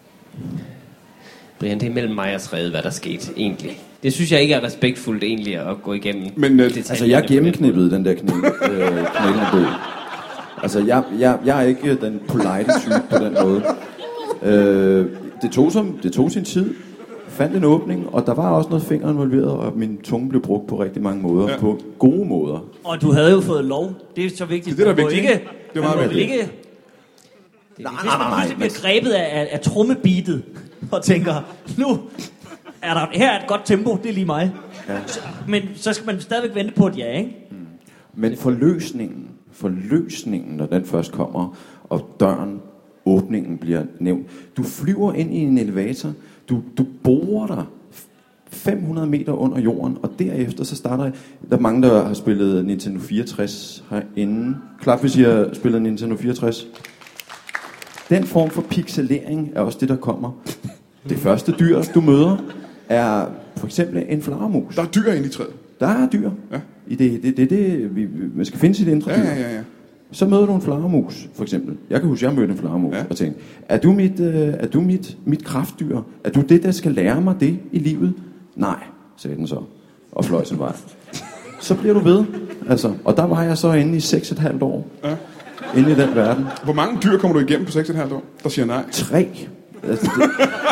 Brian, det er mellem mig og træet, hvad der skete egentlig. Det synes jeg ikke er respektfuldt egentlig at gå igennem. Men, øh, detaljerne Altså, jeg på den gennemknippede den der knæ, øh, knælende bøg. Altså, jeg, jeg, jeg er ikke den polite type på den måde. Øh, det, tog som, det tog sin tid. Fandt en åbning, og der var også noget finger involveret, og min tunge blev brugt på rigtig mange måder. Ja. På gode måder. Og du havde jo fået lov. Det er så vigtigt. Det er det, der er Man må vigtigt. Ikke, Det er meget man må vigtigt. Ikke, Nej, hvis man pludselig bliver grebet af, af, af trommebeatet, og tænker, nu er der, her er et godt tempo, det er lige mig. Ja. Så, men så skal man stadigvæk vente på et ja, ikke? Men forløsningen, forløsningen, når den først kommer, og døren, åbningen bliver nævnt. Du flyver ind i en elevator, du, du borer dig fem hundrede meter under jorden, og derefter så starter... Der er mange, der har spillet Nintendo fireogtres herinde. Klap, hvis I har spillet Nintendo fireogtres. Den form for pixelering er også det, der kommer. Det første dyr, du møder, er for eksempel en flagermus. Der er dyr inde i træet. Der er dyr. Ja. I det, det, det, det, vi, man skal finde sit indre Ja, dyr. ja, ja, ja. Så møder du en flagermus, for eksempel. Jeg kan huske, at jeg mødte en flagermus Ja. og tænkte, er du, mit, øh, er du mit, mit kraftdyr? Er du det, der skal lære mig det i livet? Nej, sagde den så, og fløj sin vej. Så bliver du ved. Altså, og der var jeg så inde i seks og et halvt år. Ja. Inde i den verden. Hvor mange dyr kommer du igennem på seks og et halvt år, der siger nej? Tre. Altså, det,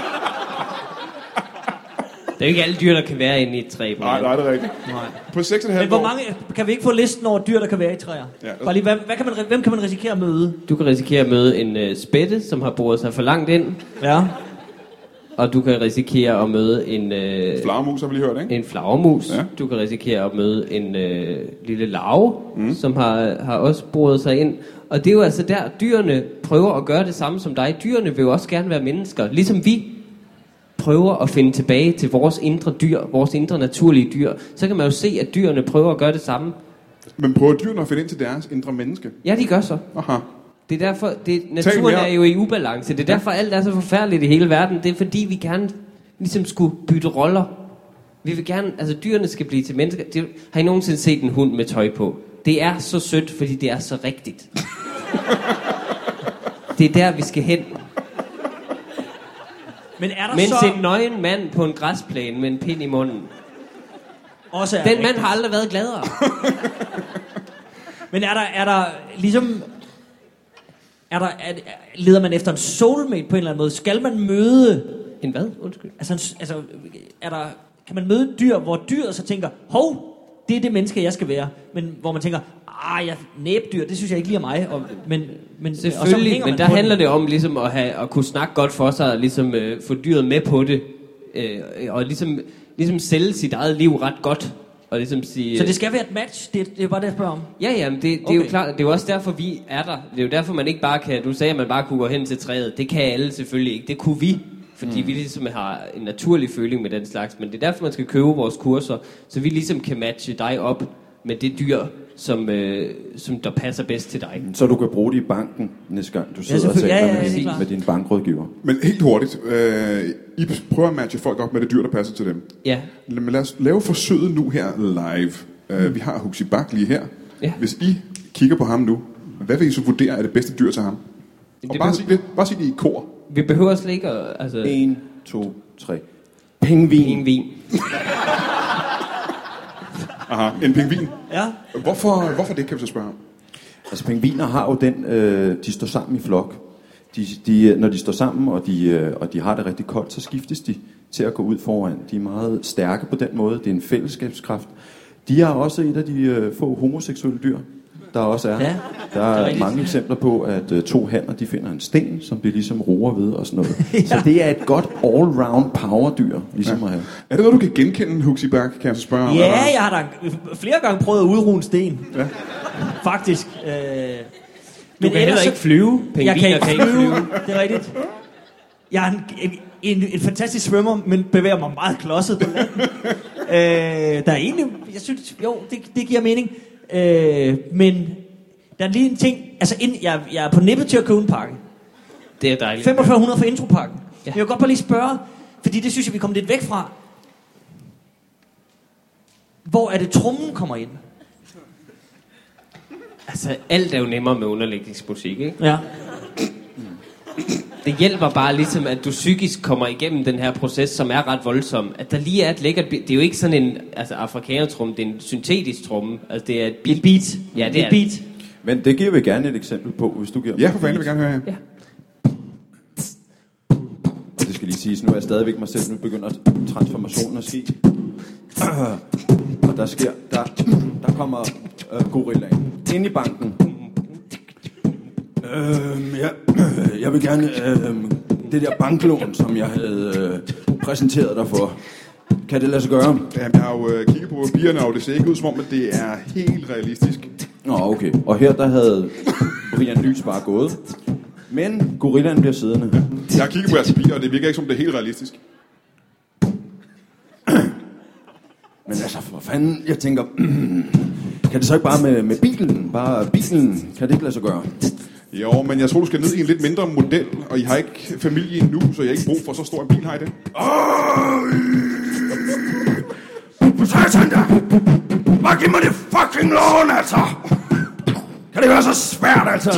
Det er jo ikke alle dyr, der kan være inde i et træ. Nej, nej, det er rigtigt. Nej. På seks og et Men halvt hvor år... mange, kan vi ikke få listen over dyr, der kan være i træer? Ja. Bare lige, hvad, hvad kan man, hvem kan man risikere at møde? Du kan risikere at møde en uh, spætte, som har boret sig for langt ind. Ja. Og du kan risikere at møde en... Øh, Flagermus har vi lige hørt, ikke? En flagermus. Ja. Du kan risikere at møde en øh, lille larve, mm. som har, har også boret sig ind. Og det er jo altså der, dyrene prøver at gøre det samme som dig. Dyrene vil jo også gerne være mennesker. Ligesom vi prøver at finde tilbage til vores indre dyr, vores indre naturlige dyr, så kan man jo se, at dyrene prøver at gøre det samme. Men prøver dyrene at finde ind til deres indre menneske? Ja, de gør så. Aha. Det er derfor, det, naturen er jo i ubalance. Det er derfor, alt er så forfærdeligt i hele verden. Det er fordi, vi gerne ligesom skulle bytte roller. Vi vil gerne, altså dyrene skal blive til mennesker. Det, har I nogensinde set en hund med tøj på? Det er så sødt, fordi det er så rigtigt. Det er der, vi skal hen. Men er der Mens så... en nøgen mand på en græsplæne med en pind i munden. Også er Den rigtigt. mand har aldrig været gladere. Men er der, er der ligesom... Er der, er, leder man efter en soulmate på en eller anden måde? Skal man møde... En hvad? Undskyld. Altså, en- altså er der, kan man møde et dyr, hvor dyret så tænker, hov, det er det menneske, jeg skal være. Men hvor man tænker, ah, jeg næbdyr, det synes jeg ikke lige er mig. Og, men, men, og så Selvfølgelig, hænger men man der på handler den. det om ligesom at, have, at kunne snakke godt for sig, og ligesom øh, få dyret med på det, øh, og ligesom, ligesom sælge sit eget liv ret godt, og ligesom sige... Så det skal være et match, det, det er bare det, jeg spørger om. Ja, ja, men det, det Okay. er jo klart, det er jo også derfor, vi er der. Det er jo derfor, man ikke bare kan... Du sagde, at man bare kunne gå hen til træet. Det kan alle selvfølgelig ikke. Det kunne vi, fordi mm. vi ligesom har en naturlig føling med den slags. Men det er derfor, man skal købe vores kurser, så vi ligesom kan matche dig op med det dyr, som, øh, som der passer bedst til dig. Så du kan bruge det i banken næste gang, du sidder og selvfølgelig. taler Ja, ja, med, ja, din, det er med din bankrådgiver. Men helt hurtigt, øh, I prøver at matche folk op med det dyr, der passer til dem. Ja. Men lad os lave forsøget nu her live. Uh, vi har Huxi Bak lige her. Ja. Hvis I kigger på ham nu, hvad vil I så vurdere er det bedste dyr til ham? Og Det bare behøver- sig det, bare sig det i kor. Vi behøver slet ikke at... Altså, En, to, tre. Pingvin. en vin. Aha, en pingvin. Ja. Hvorfor, hvorfor det, kan vi så spørge om? Altså pingviner har jo den, øh, de står sammen i flok. De, de, når de står sammen, og de, øh, og de har det rigtig koldt, så skiftes de til at gå ud foran. De er meget stærke på den måde. Det er en fællesskabskraft. De er også et af de øh, få homoseksuelle dyr, der også er. Ja, der er, rigtigt. mange eksempler på, at øh, to hanner, de finder en sten, som de ligesom roer ved og sådan noget. ja. Så det er et godt all-round powerdyr, ligesom ja. at have. Er det noget, du kan genkende, Huxi Bak, kan jeg så spørge om? Ja, eller? jeg har da flere gange prøvet at udruge en sten. Ja. Faktisk. Øh, Du men kan heller ellers så- ikke flyve. Jeg kan ikke Pingviner kan ikke flyve, flyve. det er rigtigt. Jeg er en, en, en, en fantastisk svømmer, men bevæger mig meget klodset på land. øh, der er egentlig, jeg synes, jo, det, det giver mening. Øh, men der er lige en ting, altså ind, jeg, jeg er på nippet til at købe en pakke. Det er dejligt. femogfyrre hundrede for intropakken. Ja. Ja. Jeg vil godt bare lige spørge, fordi det synes jeg, vi kommer lidt væk fra. Hvor er det, trommen kommer ind? Altså, alt er jo nemmere med underlægningsmusik, ikke? Ja. Det hjælper bare ligesom, at du psykisk kommer igennem den her proces, som er ret voldsom. At der lige er et lækkert... Det er jo ikke sådan en altså, afrikanertrumme, det er en syntetisk tromme. Altså, det er et beat. Et beat. Ja, det er et beat. Men det giver vi gerne et eksempel på, hvis du giver Ja, mig for fanden, et vil jeg gerne høre her. Ja. Det skal lige siges, nu er jeg stadigvæk mig selv, nu begynder transformationen at ske. Og der sker, der, der kommer øh, gorillaen ind i banken. Øhm, ja, jeg vil gerne, øh, det der banklån, som jeg havde øh, præsenteret dig for, kan det lade sig gøre? Jamen, jeg har jo øh, kigget på papirerne, og det ser ikke ud som om, at det er helt realistisk. Nå, okay. Og her der havde Brian Lys bare gået. Men gorillaen bliver siddende. Jeg har kigget på jeres papirer, og det virker ikke som, det er helt realistisk. Men altså, for fanden, jeg tænker, kan det så ikke bare med, med bilen? Bare bilen, kan det ikke lade sig gøre? Jo, men jeg tror, du skal ned i en lidt mindre model, og I har ikke familie endnu, så jeg har ikke brug for så stor en bil, har I det? For satan da! Bare giv mig det fucking lån, altså! Kan det være så svært, altså?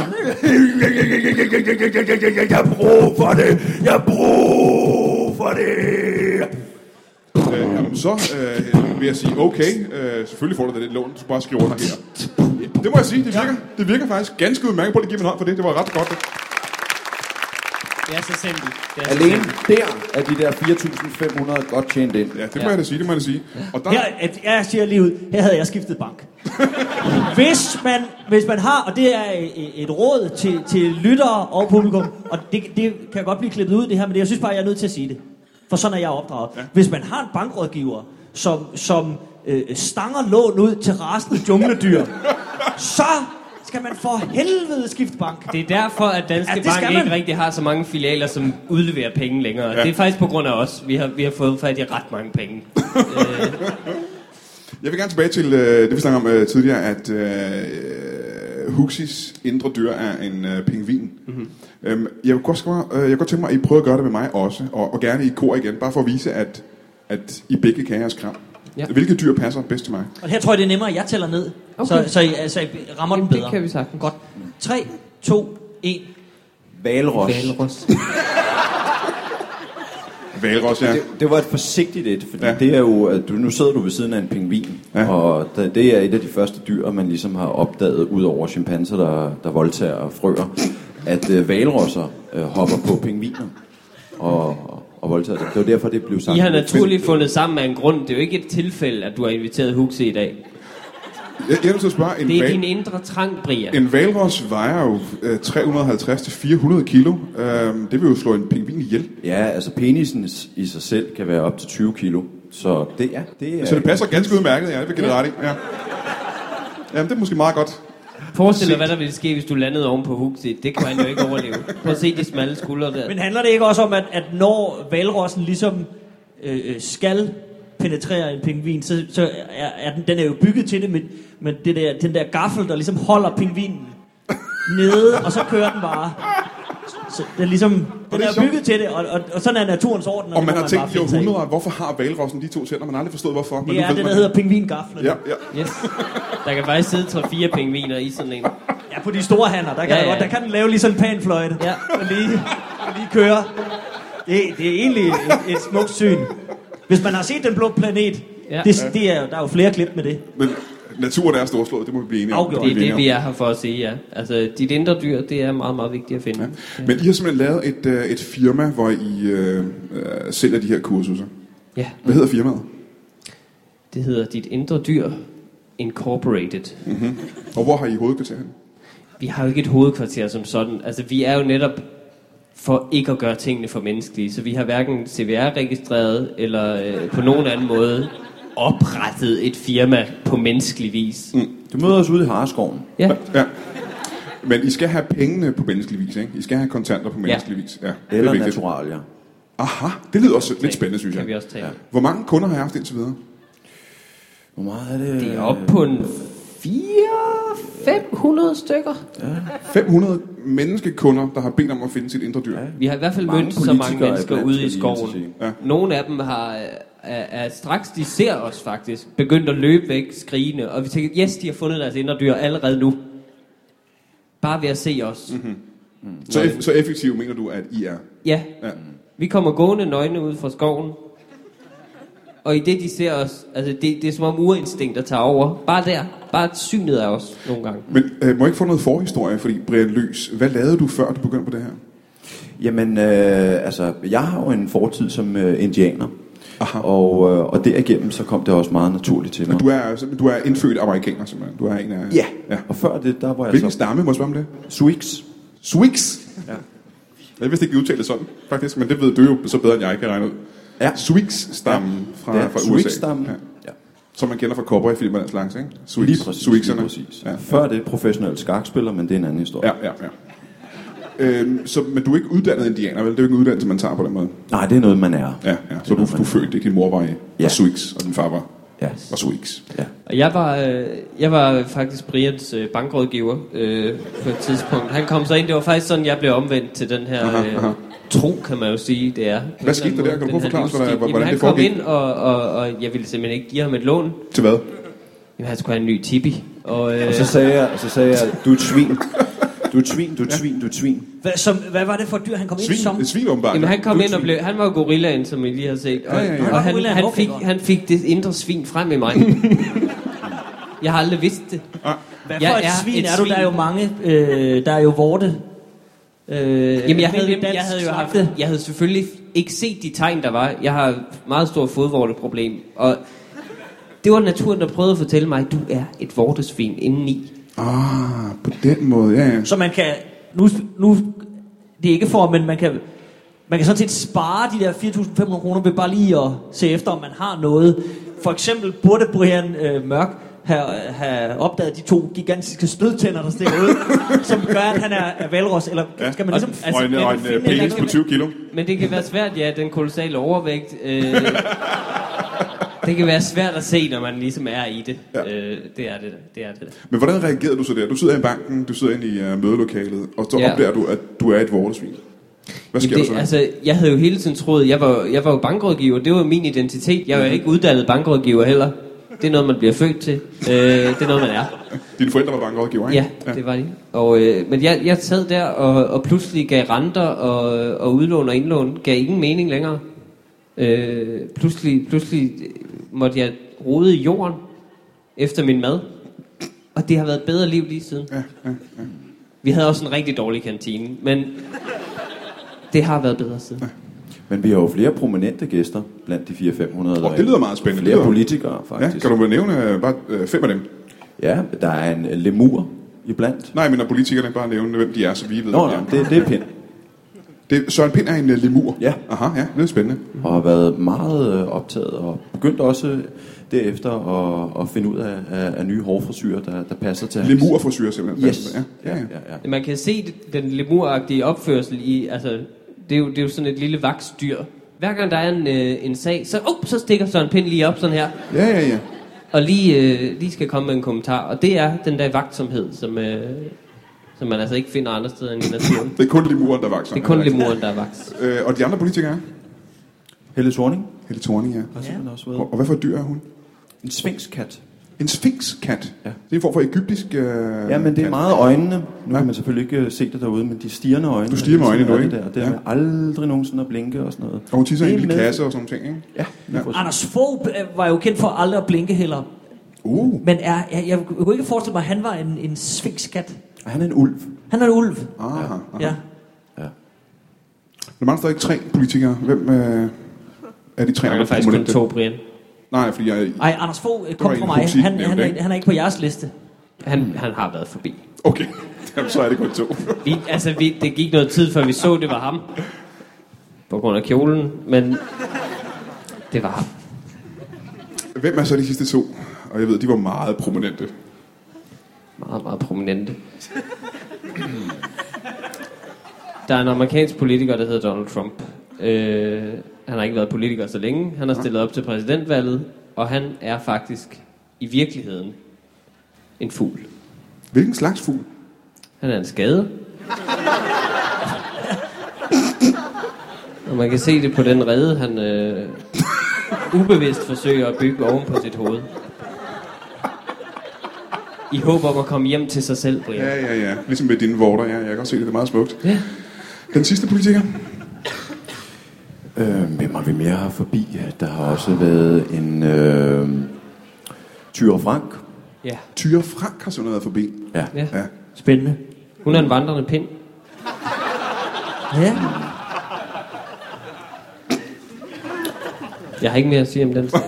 Jeg har brug for det! Jeg har brug for det! Øh, jamen, så øh, vil jeg sige, okay, øh, selvfølgelig får du da det lån, du skal bare skrive under her. Det må jeg sige, det virker, det virker faktisk ganske udmærket på, at give mig en hånd for det. Det var ret godt. Det. Det er så simpelt. Det er så Alene simpelt. der er de der fire tusind fem hundrede godt tjent ind. Ja, det må Ja. jeg da sige, det må jeg da sige. Og der, Her, at, jeg siger lige ud, her havde jeg skiftet bank. hvis, man, hvis man har, og det er et, et råd til, til lyttere og publikum, og det, det kan godt blive klippet ud det her, men det, jeg synes bare, jeg er nødt til at sige det. For sådan er jeg opdraget. Ja. Hvis man har en bankrådgiver, som, som øh, stanger lån ud til rasende jungledyr, så skal man for helvede skifte bank. Det er derfor, at Danske Ja, det Bank skal ikke man. rigtig har så mange filialer, som udleverer penge længere. Ja. Det er faktisk på grund af os. Vi har, vi har fået fat i ret mange penge. øh, Jeg vil gerne tilbage til øh, det, vi snakkede om øh, tidligere, at øh, Huxis indre dyr er en øh, pingvin. Mm-hmm. Øhm, jeg kunne godt, øh, jeg kunne godt tænke mig, at I prøver at gøre det med mig også, og, og gerne i kor igen, bare for at vise, at, at I begge kan jeres kram. Ja. Hvilke dyr passer bedst til mig? Og her tror jeg, det er nemmere, at jeg tæller ned, Okay. så, så, I, så I rammer Jamen, den bedre. det kan vi sagtens. Godt. tre, to, et. Valros. Valros. Hvalros, ja. Det, det var et forsigtigt et, fordi Ja. ja. det er jo, at du, nu sidder du ved siden af en pingvin, Ja. ja. og det, det er et af de første dyr, man ligesom har opdaget, ud over chimpanser, der, der voldtager frøer, at øh, hvalrosser øh, hopper på pingviner og, og, og voldtager dem. Det var derfor, det blev sagt. I har naturligt fundet sammen af en grund. Det er jo ikke et tilfælde, at du har inviteret Huxi i dag. Jeg, jeg vil så spørge, en, Det er hval- din indre trang, Brian. en hvalros vejer jo øh, tre hundrede og halvtreds til fire hundrede kilo. Øhm, det vil jo slå en pingvin ihjel. Ja, altså penisen i sig selv kan være op til tyve kilo, så det, ja, det er... Så det passer ganske udmærket, ja, det vil jeg give Ja. ret i. Ja. Jamen, det er måske meget godt. Forestil dig, hvad der ville ske, hvis du landede oven på Huxi. Det kan han jo ikke overleve. Prøv at se de smalle skuldre der. Men handler det ikke også om, at, at når hvalrossen ligesom øh, øh, skal penetrere en pingvin, så, så er, er den, den er jo bygget til det med, med det der, den der gaffel, der ligesom holder pingvinen nede, og så kører den bare. Så det er ligesom, den det er er sjovt. bygget til det, og, og, og sådan er naturens orden. Og man det må har bare tænkt i finde sig århundreder, hvorfor har hvalrossen de to tænder? Man har aldrig forstået, hvorfor. Men Det nu er ved det, man der hedder pingvingaflen. Ja, ja. Yes. Der kan faktisk sidde tre fire pingviner i sådan en. Ja, på de store hanner, der kan, Ja, ja, ja. ja. Der kan den lave lige sådan en panfløjte. Ja. Og lige, og lige køre. Det, det er egentlig et, et smukt syn. Hvis man har set Den Blå Planet, Ja. det, det er, der er jo flere klip med det. Men naturen er storslået, det må vi blive enige om. Afgjort. Det er bliver det, enige vi om. er her for at sige, ja. Altså, dit indre dyr, det er meget, meget vigtigt at finde. Ja. Men I har simpelthen lavet et, øh, et firma, hvor I øh, øh, sælger de her kursuser. Ja, Hvad hedder firmaet? det hedder Dit Indre Dyr Incorporated. Mm-hmm. Og hvor har I hovedkvarter hen? Vi har jo ikke et hovedkvarter som sådan. Altså, vi er jo netop for ikke at gøre tingene for menneskelige. Så vi har hverken C V R-registreret eller øh, på nogen anden måde oprettet et firma på menneskelig vis. Mm. Du møder os ude i Hareskoven. Ja. Ja. Men I skal have pengene på menneskelig vis, ikke? I skal have kontanter på menneskelig vis. Ja, det er Eller vigtigt. naturalier. Aha, det lyder også lidt spændende, synes jeg. Kan vi også tage. Ja. Hvor mange kunder har I haft indtil videre? Hvor meget er det? Det er oppe på en fire fem hundrede stykker. fem hundrede menneskekunder, der har bedt om at finde sit indre dyr. Ja. Vi har i hvert fald Mange mødt så mange politikere mennesker iblandt, ude i skal jeg lige skoven. Ja. Nogle af dem har er, er straks de ser os faktisk begyndt at løbe væk skrigende, og vi tænker, yes, de har fundet deres indre dyr allerede nu. Bare ved at se os. Mm-hmm. Mm. Så, eff- så effektivt mener du, at I er? Ja, Ja. vi kommer gående nøgne ud fra skoven, og i det de ser os, altså det, det er som om urinstinkter tager over. Bare der, bare synet af os nogle gange. Men øh, må jeg ikke få noget forhistorie, fordi Brian Løs, hvad lavede du før du begyndte på det her? Jamen, øh, altså, jeg har jo en fortid som øh, indianer. Aha. Og, øh, og derigennem så kom det også meget naturligt til mig. Men du er, altså, du er indfødt amerikaner, simpelthen. Du er en af... Ja. ja. Og før det, der var jeg Hvilken så... stamme, må jeg spørge om det? Swix. Swix? Ja. Jeg vidste ikke, de udtalte det sådan, faktisk, men det ved du jo så bedre, end jeg kan regne ud. Ja. Swix-stammen fra, Ja, fra U S A. Swix-stammen. Ja. Ja. Som man kender fra cowboy-filmer og slags, ikke? Swix. Lige præcis. Swixerne. Lige præcis. Ja. Før det professionelle skakspiller, men det er en anden historie. Ja, ja, ja. Øhm, så, men du er ikke uddannet indianer, vel? Det er jo ikke en uddannelse, man tager på den måde. Nej, det er noget, man er. Ja, ja. Så du, du er født, ikke? Din mor var i Ja. var Swix, og din far var, Ja. var Swix. Ja. Og jeg var, øh, jeg var faktisk Brians øh, bankrådgiver øh, på et tidspunkt. Han kom så ind, det var faktisk sådan, jeg blev omvendt til den her Aha, aha. øh, tro, kan man jo sige, det er. Hvad skete der der? Kan du prøve at forklare os, hvordan- hvordan Jamen, det han kom foregik? ind, og, og, og jeg ville simpelthen ikke give ham et lån. Til hvad? Jamen, han skulle have en ny tipi. Og, øh, Og så sagde jeg, så sagde jeg, du er et svin. Du er et svin, du er et svin, du er et svin. Hvad, som, hvad var det for et dyr, han kom ind Svin, som? et svin åbenbart. Jamen, han kom Du er ind og et blev, han var jo gorillaen, som I lige har set. Og, Ja, ja, ja. og han, Gorillaen, han, okay, fik, godt. han fik det indre svin frem i mig. Jeg har aldrig vidst det. Hvad Jeg for et er svin et er du? svin. Der er jo mange, øh, der er jo vorte. Øh, Jamen, jeg havde, almindelig jeg, dansk havde jo haft, slagte. jeg havde selvfølgelig ikke set de tegn, der var. Jeg har meget stort fodvorteproblem. Og det var naturen, der prøvede at fortælle mig, at du er et vortesvin indeni. Ah, på den måde, ja, ja. Så man kan, nu, nu, det er ikke for, men man kan Man kan sådan set spare de der fire tusind fem hundrede kroner ved bare lige at se efter, om man har noget. For eksempel burde Brian øh, Mørk have, have opdaget de to gigantiske stødtænder, der stikker ud, som gør, at han er, er valros. Eller Ja. skal man ligesom... Og en, men og en finde øh, en eller penis på tyve kilo. Men det kan være svært, ja, den kolossale overvægt. Øh, det kan være svært at se, når man ligesom er i det. Ja. Øh, det er det, det er det. Men hvordan reagerede du så der? Du sidder i banken, du sidder inde i uh, mødelokalet, og så Ja. opdager du, at du er et vortesvin. Hvad sker det, der så? altså, jeg havde jo hele tiden troet, jeg var, jeg var jo bankrådgiver, det var min identitet. Jeg var ikke uddannet bankrådgiver heller. Det er noget, man bliver født til. Øh, det er noget, man er. Dine forældre var bankrådgiver, ikke? Ja, det var de. Og, øh, men jeg, jeg sad der og, og pludselig gav renter og, og udlån og indlån, gav ingen mening længere. Øh, pludselig, pludselig måtte jeg rode i jorden efter min mad. Og det har været et bedre liv lige siden. Ja, ja, ja. Vi havde også en rigtig dårlig kantine, men det har været bedre siden. Ja. Men vi har jo flere prominente gæster blandt de fire til fem hundrede. Oh, det lyder meget spændende. Flere Det lyder... politikere, Ja, faktisk. kan du vel nævne uh, bare uh, fem af dem? Ja, der er en lemur iblandt. Nej, men når politikerne bare nævne, hvem de er, så vi ved, Nå, hvem nej, de er. det, det er Pind. Det, Søren Pind er en uh, lemur? Ja. Aha, ja, det er spændende. Og har været meget øh, optaget og begyndt også derefter at, at finde ud af, af, af nye hårfrisyrer, der, der passer til hans. Lemurfrisyrer simpelthen. Yes. Ja, ja, ja. ja, ja. Man kan se den lemuragtige opførsel i, altså, det er jo, det er jo sådan et lille vaksdyr. Hver gang der er en, øh, en sag, så, oh, så stikker Søren Pind lige op sådan her. Ja, ja, ja. Og lige, øh, lige skal komme med en kommentar. Og det er den der vagtsomhed, som, øh, som man altså ikke finder andre steder end i naturen. Det er kun lemuren, der vokser. Det er kun lemuren, der er vaks. Øh, og de andre politikere er? Helle Thorning. Helle Thorning, ja. Har simpelthen også været. Og, og hvad for et dyr er hun? En sfinkskat. En sfinkskat? Ja. Det er en form for egyptisk øh, Ja, men det er kat. meget øjnene. Nu Ja. kan man selvfølgelig ikke se det derude, men de stirrende øjne. Du stirrer med øjnene nu, det ikke? der. Det Ja. er aldrig nogensinde at blinke og sådan noget. Og hun tisser Det i er en lille med- kasse og sådan nogle ting, ikke? Ja, lige præcis. Anders Fogh var jo kendt for aldrig at blinke heller. Uh. Men er, jeg, jeg kunne ikke forestille mig, at han var en, en sfinkskat. Og han er en ulv. Han er en ulv. Aha, aha. Ja. Ja. Der mangler stadig tre politikere. Hvem øh, er de tre? Der er andre faktisk kun prominente? to, Brian. Nej, fordi jeg... Ej, Anders Fogh øh, kom var fra en mig. politik, Han, nævnte, han, er, ikke? han er ikke på jeres liste. Han, han har været forbi. Okay, jamen, så er det kun to. Vi, altså, vi, det gik noget tid, før vi så, det var ham. På grund af kjolen, men det var ham. Hvem er så de sidste to? Og jeg ved, de var meget prominente. Meget, meget prominente. Der er en amerikansk politiker, der hedder Donald Trump. Øh, han har ikke været politiker så længe. Han har stillet op til præsidentvalget, og han er faktisk i virkeligheden en fugl. Hvilken slags fugl? Han er en skade. Og man kan se det på den rede, han øh, ubevidst forsøger at bygge oven på sit hoved. I håb om at komme hjem til sig selv, Brian. Ja, ja, ja. Ligesom med dine vorter. Ja, jeg kan godt se det. Det er meget smukt. Ja. Den sidste politiker? Øh, hvem har vi mere her forbi? Der har også været en øh, Thyre Frank. Ja. Thyre Frank har sådan noget forbi. Ja. Ja. Ja. Spændende. Hun er en vandrende pind. Ja. Jeg har ikke mere at sige om den.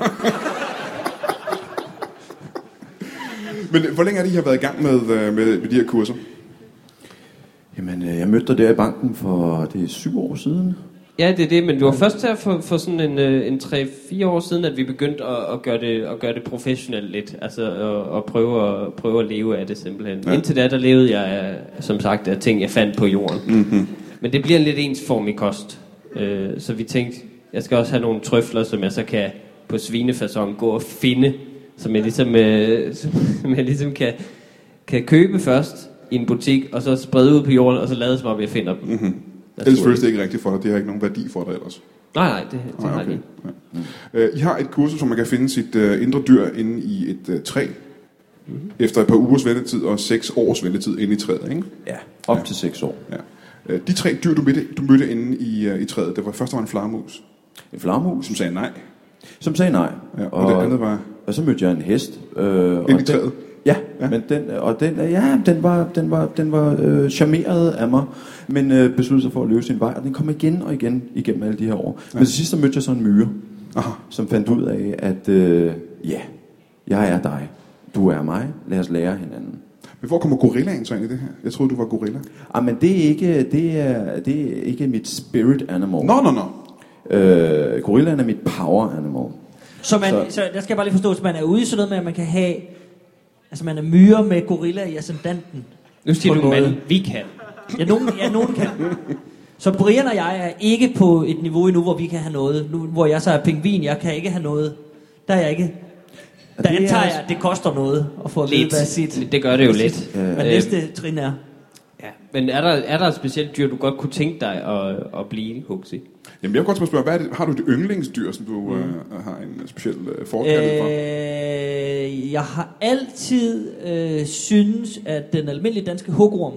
Men hvor længe er det, I har været i gang med, øh, med, med de her kurser? Jamen, øh, jeg mødte dig der i banken for, det er syv år siden. Ja, det er det, men det var først her for, for sådan en, øh, en tre fire år siden, at vi begyndte at, at, gøre, det, at gøre det professionelt lidt. Altså at, at, prøve, at prøve at leve af det simpelthen. Ja. Ja. Indtil da, der levede jeg, af, som sagt, af ting, jeg fandt på jorden. Mm-hmm. Men det bliver en lidt ensformig kost. Øh, så vi tænkte, jeg skal også have nogle trøfler, som jeg så kan på svinefacon gå og finde, som jeg ligesom, øh, som jeg ligesom kan, kan købe først i en butik, og så sprede ud på jorden, og så lade som om jeg finder dem. Mm-hmm. Ellers føles det ikke rigtigt for dig. Det har ikke nogen værdi for dig ellers. Nej, nej, det, det Nej, har okay. de. Ja. Uh, I har et kursus, hvor man kan finde sit uh, indre dyr inde i et uh, træ. Mm-hmm. Efter et par ugers ventetid og seks års ventetid inde i træet, ikke? Ja, op Ja. til seks år. Ja. Uh, de tre dyr, du mødte, du mødte inde i, uh, i træet, det var først der var en flagermus, En flagermus, som sagde nej. som sagde nej. Ja, og, og det andet var... Og så mødte jeg en hest. Øh, og i den- træet? Ja, Ja. ja, men den, og den, ja, den var, den var, den var øh, charmeret af mig, men øh, besluttede sig for at løbe sin vej, og den kom igen og igen igennem alle de her år. Ja. Men til sidst så mødte jeg så en myre, Aha. som fandt ud af, at øh, ja, jeg er dig, du er mig, lad os lære hinanden. Men hvor kommer gorillaen så ind i det her? Jeg troede, du var gorilla. Ah, men det er ikke, det er, det er ikke mit spirit animal. Nå, nå, nå. Øh, gorillaen er mit power animal. Så, man, så. så der skal jeg bare lige forstå, at man er ude i sådan noget med, at man kan have... Altså, man er myre med gorilla i ascendanten. Nu siger du, man, vi kan. Ja, nogen, ja, nogen kan. Så Brian og jeg er ikke på et niveau endnu, hvor vi kan have noget. Nu, hvor jeg så er pingvin, jeg kan ikke have noget. Der er jeg ikke. Der antager jeg, at det koster noget at få at vide, hvad sit. Det gør det jo lidt. Hvad øh, næste trin er. Ja. Men er der, er der et specielt dyr, du godt kunne tænke dig at, at blive, Huxi? Jamen, jeg vil godt spørge, hvad er det, har du et yndlingsdyr, som du mm. øh, har en speciel øh, forkærlighed for? Øh, jeg har altid øh, synes, at den almindelige danske hugorm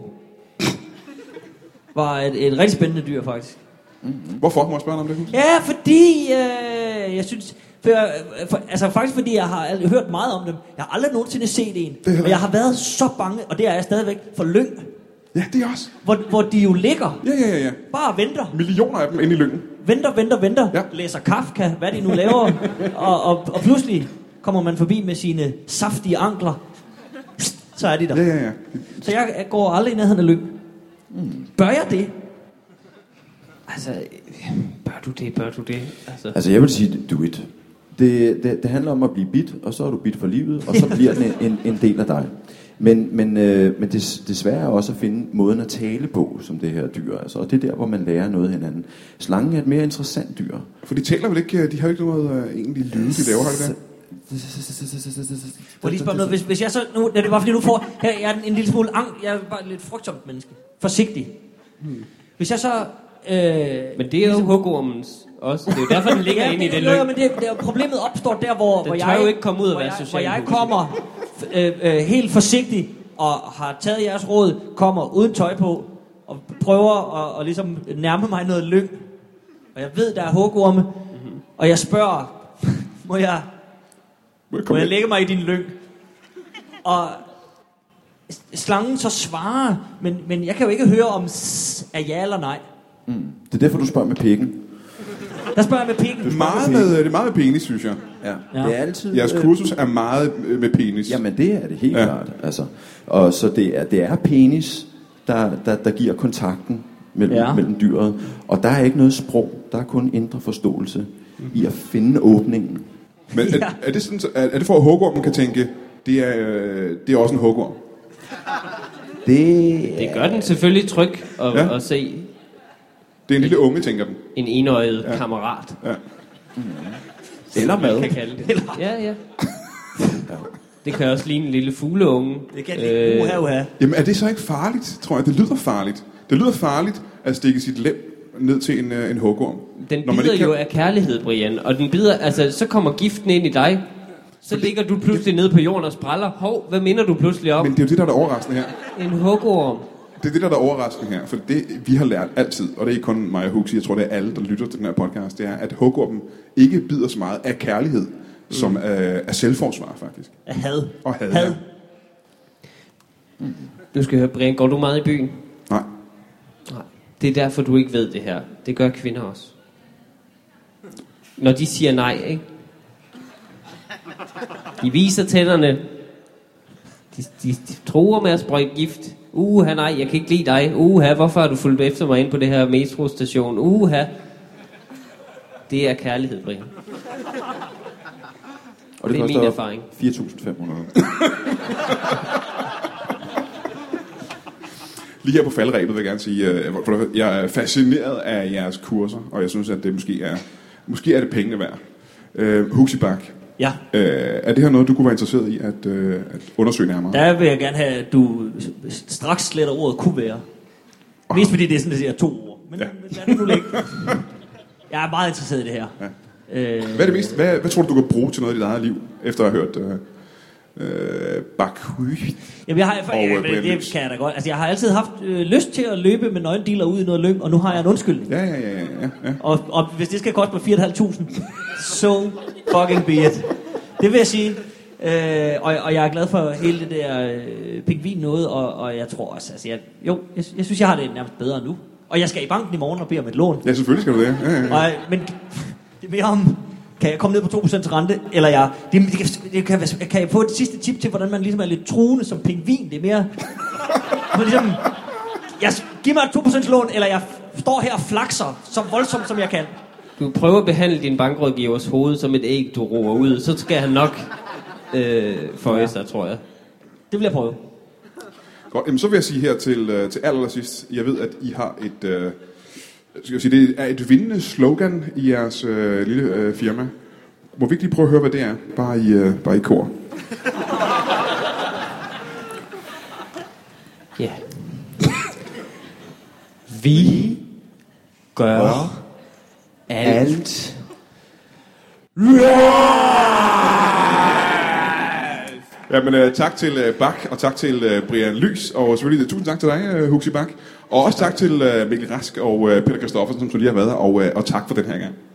var et, et rigtig spændende dyr, faktisk. Mm-hmm. Hvorfor? Må jeg spørge om det? Ja, fordi øh, jeg synes... For, for, altså faktisk fordi jeg har al- hørt meget om dem. Jeg har aldrig nogensinde set en. Og jeg har været så bange, og det er jeg stadigvæk, for lyng. Ja, det er også. Hvor, hvor de jo ligger. Ja, ja, ja, ja. Bare venter. Millioner af dem inde i lyngen. Venter, venter, venter. Ja. Læser Kafka, hvad de nu laver. og, og, og pludselig kommer man forbi med sine saftige ankler. Så er de der. Ja, ja, ja. Så jeg går aldrig i nærheden af lyng. Mm. Bør jeg det? Altså, bør du det, bør du det? Altså, Altså jeg vil sige, do it. Det, det, det handler om at blive bit, og så er du bit for livet, og så bliver den en, en del af dig. Men, men, øh, men det, det svære er også at finde måden at tale på, som det her dyr. Altså, og det er der, hvor man lærer noget hinanden. Slangen er et mere interessant dyr. For de taler vel ikke, de har jo ikke noget uh, egentlig lyde, de laver, har de det? Må lige spørge noget, hvis, hvis jeg så, nu, det var fordi nu får, jeg, jeg er en, en lille smule ang, jeg er bare lidt frygtsomt menneske. Forsigtig. Hmm. Hvis jeg så... Øh, men det er jo hugormens også. Det er jo derfor, den ligger ja, inde i det løg. løg. Ja, men det, det, problemet opstår der, hvor, hvor jeg... jo ikke komme ud og være jeg, social. Hvor jeg kommer øh, øh, helt forsigtig og har taget jeres råd, kommer uden tøj på og prøver at og ligesom nærme mig noget lyng. Og jeg ved, der er hugorme. Mm-hmm. Og jeg spørger, må jeg, må jeg lægge mig i din lyng? Og slangen så svarer, men, men jeg kan jo ikke høre om s er ja eller nej. Mm. Det er derfor, du spørger med pikken. Der spørger jeg med pikken. Det er meget med, det er meget med penis, synes jeg. Ja. Ja. Det er altid... Jeres kursus er meget med penis. Jamen, det er det helt ja. klart. Altså. Og så det er, det er penis, der, der, der giver kontakten mellem, ja. mellem dyret. Og der er ikke noget sprog. Der er kun indre forståelse mm. i at finde åbningen. Men er, er, det sådan, er, er det for at hugormen kan tænke, det er, det er også en hugorm? Det, det gør den selvfølgelig tryg at, ja. at se. Det er en lille unge, tænker den. En enøjet ja. kammerat. Ja. Mm. Eller mad. Kan kalde det. Eller. Ja, ja. Det kan også ligne en lille fugleunge. Det kan det. Uh, uh, uh. Jamen, er det så ikke farligt, tror jeg? Det lyder farligt. Det lyder farligt at stikke sit lem ned til en, en hugorm. Den bider kan... jo af kærlighed, Brian. Og den bider, altså, så kommer giften ind i dig. Så Fordi... ligger du pludselig nede på jorden og spræller. Hov, hvad minder du pludselig om? Men det er jo det, der er det overraskende her. En hugorm. Det er det, der er det overraskende her, for det, vi har lært altid, og det er ikke kun mig og Huxi, jeg tror, det er alle, der lytter til den her podcast, det er, at hugormen ikke bider så meget af kærlighed, mm. som af, af selvforsvar, faktisk. Af had. Og had, had. Ja. Mm. Du skal høre, Brian, går du meget i byen? Nej. Nej. Det er derfor, du ikke ved det her. Det gør kvinder også. Når de siger nej, ikke? De viser tænderne. De, de, de truer med at sprøjte gift. Uha, nej, jeg kan ikke lide dig. Uha, hvorfor har du fulgt efter mig ind på det her metrostation? Uha. Det er kærlighed, Brian. Og det, det er min erfaring. fire tusind fem hundrede. Lige her på faldrebet vil jeg gerne sige, at jeg er fascineret af jeres kurser, og jeg synes, at det måske er, måske er det pengene værd. Uh, Huxi Bach. Ja. Uh, er det her noget, du kunne være interesseret i at, uh, at undersøge nærmere? Der vil jeg gerne have, at du straks sletter ordet kunne være. Oh. Mest fordi det er sådan, at det er to ord. Men ja. lad det nu ligge. Jeg er meget interesseret i det her. Ja. Uh, hvad er det mest? Hvad, hvad tror du, du kan bruge til noget i dit eget liv, efter at have hørt... Uh, Øh, Bakhuy. Jamen jeg har, for, og, jeg, det, det kan jeg da godt. Altså jeg har altid haft øh, lyst til at løbe med nøgendealer ud i noget lyng, og nu har jeg en undskyldning. Ja, ja, ja, ja, ja. Og, og hvis det skal koste mig fire tusind fem hundrede, so fucking be it. Det vil jeg sige. Øh, og, og jeg er glad for hele det der øh, pingvin noget, og, og jeg tror også, altså jeg, jo, jeg, jeg synes jeg har det nærmest bedre nu. Og jeg skal i banken i morgen og bede om et lån. Ja, selvfølgelig skal du det. Ja, ja, ja. Og, men det er mere om kan jeg komme ned på to procent rente, eller jeg, det, det kan, det kan, kan jeg få et sidste tip til, hvordan man ligesom er lidt truende som pingvin, det er mere, man ligesom, jeg, giv mig et to procent lån, eller jeg står her og flakser, så voldsomt som jeg kan. Du prøver at behandle din bankrådgivers hoved som et æg, du roer ud, så skal han nok øh, føje sig, tror jeg. Det vil jeg prøve. Godt, jamen så vil jeg sige her til, øh, til allersidst, jeg ved, at I har et, øh, skal jeg sige, det er et vindende slogan i jeres øh, lille øh, firma. Må vi ikke lige prøve at høre, hvad det er? Bare i, øh, bare i kor. Ja. Vi gør alt. Jamen, øh, tak til øh, Bak, og tak til øh, Brian Lys, og selvfølgelig tusind tak til dig, øh, Huxi Bak. Og også tak til øh, Mikkel Rask og øh, Peter Christoffersen, som så lige har været her, og, øh, og tak for den her gang.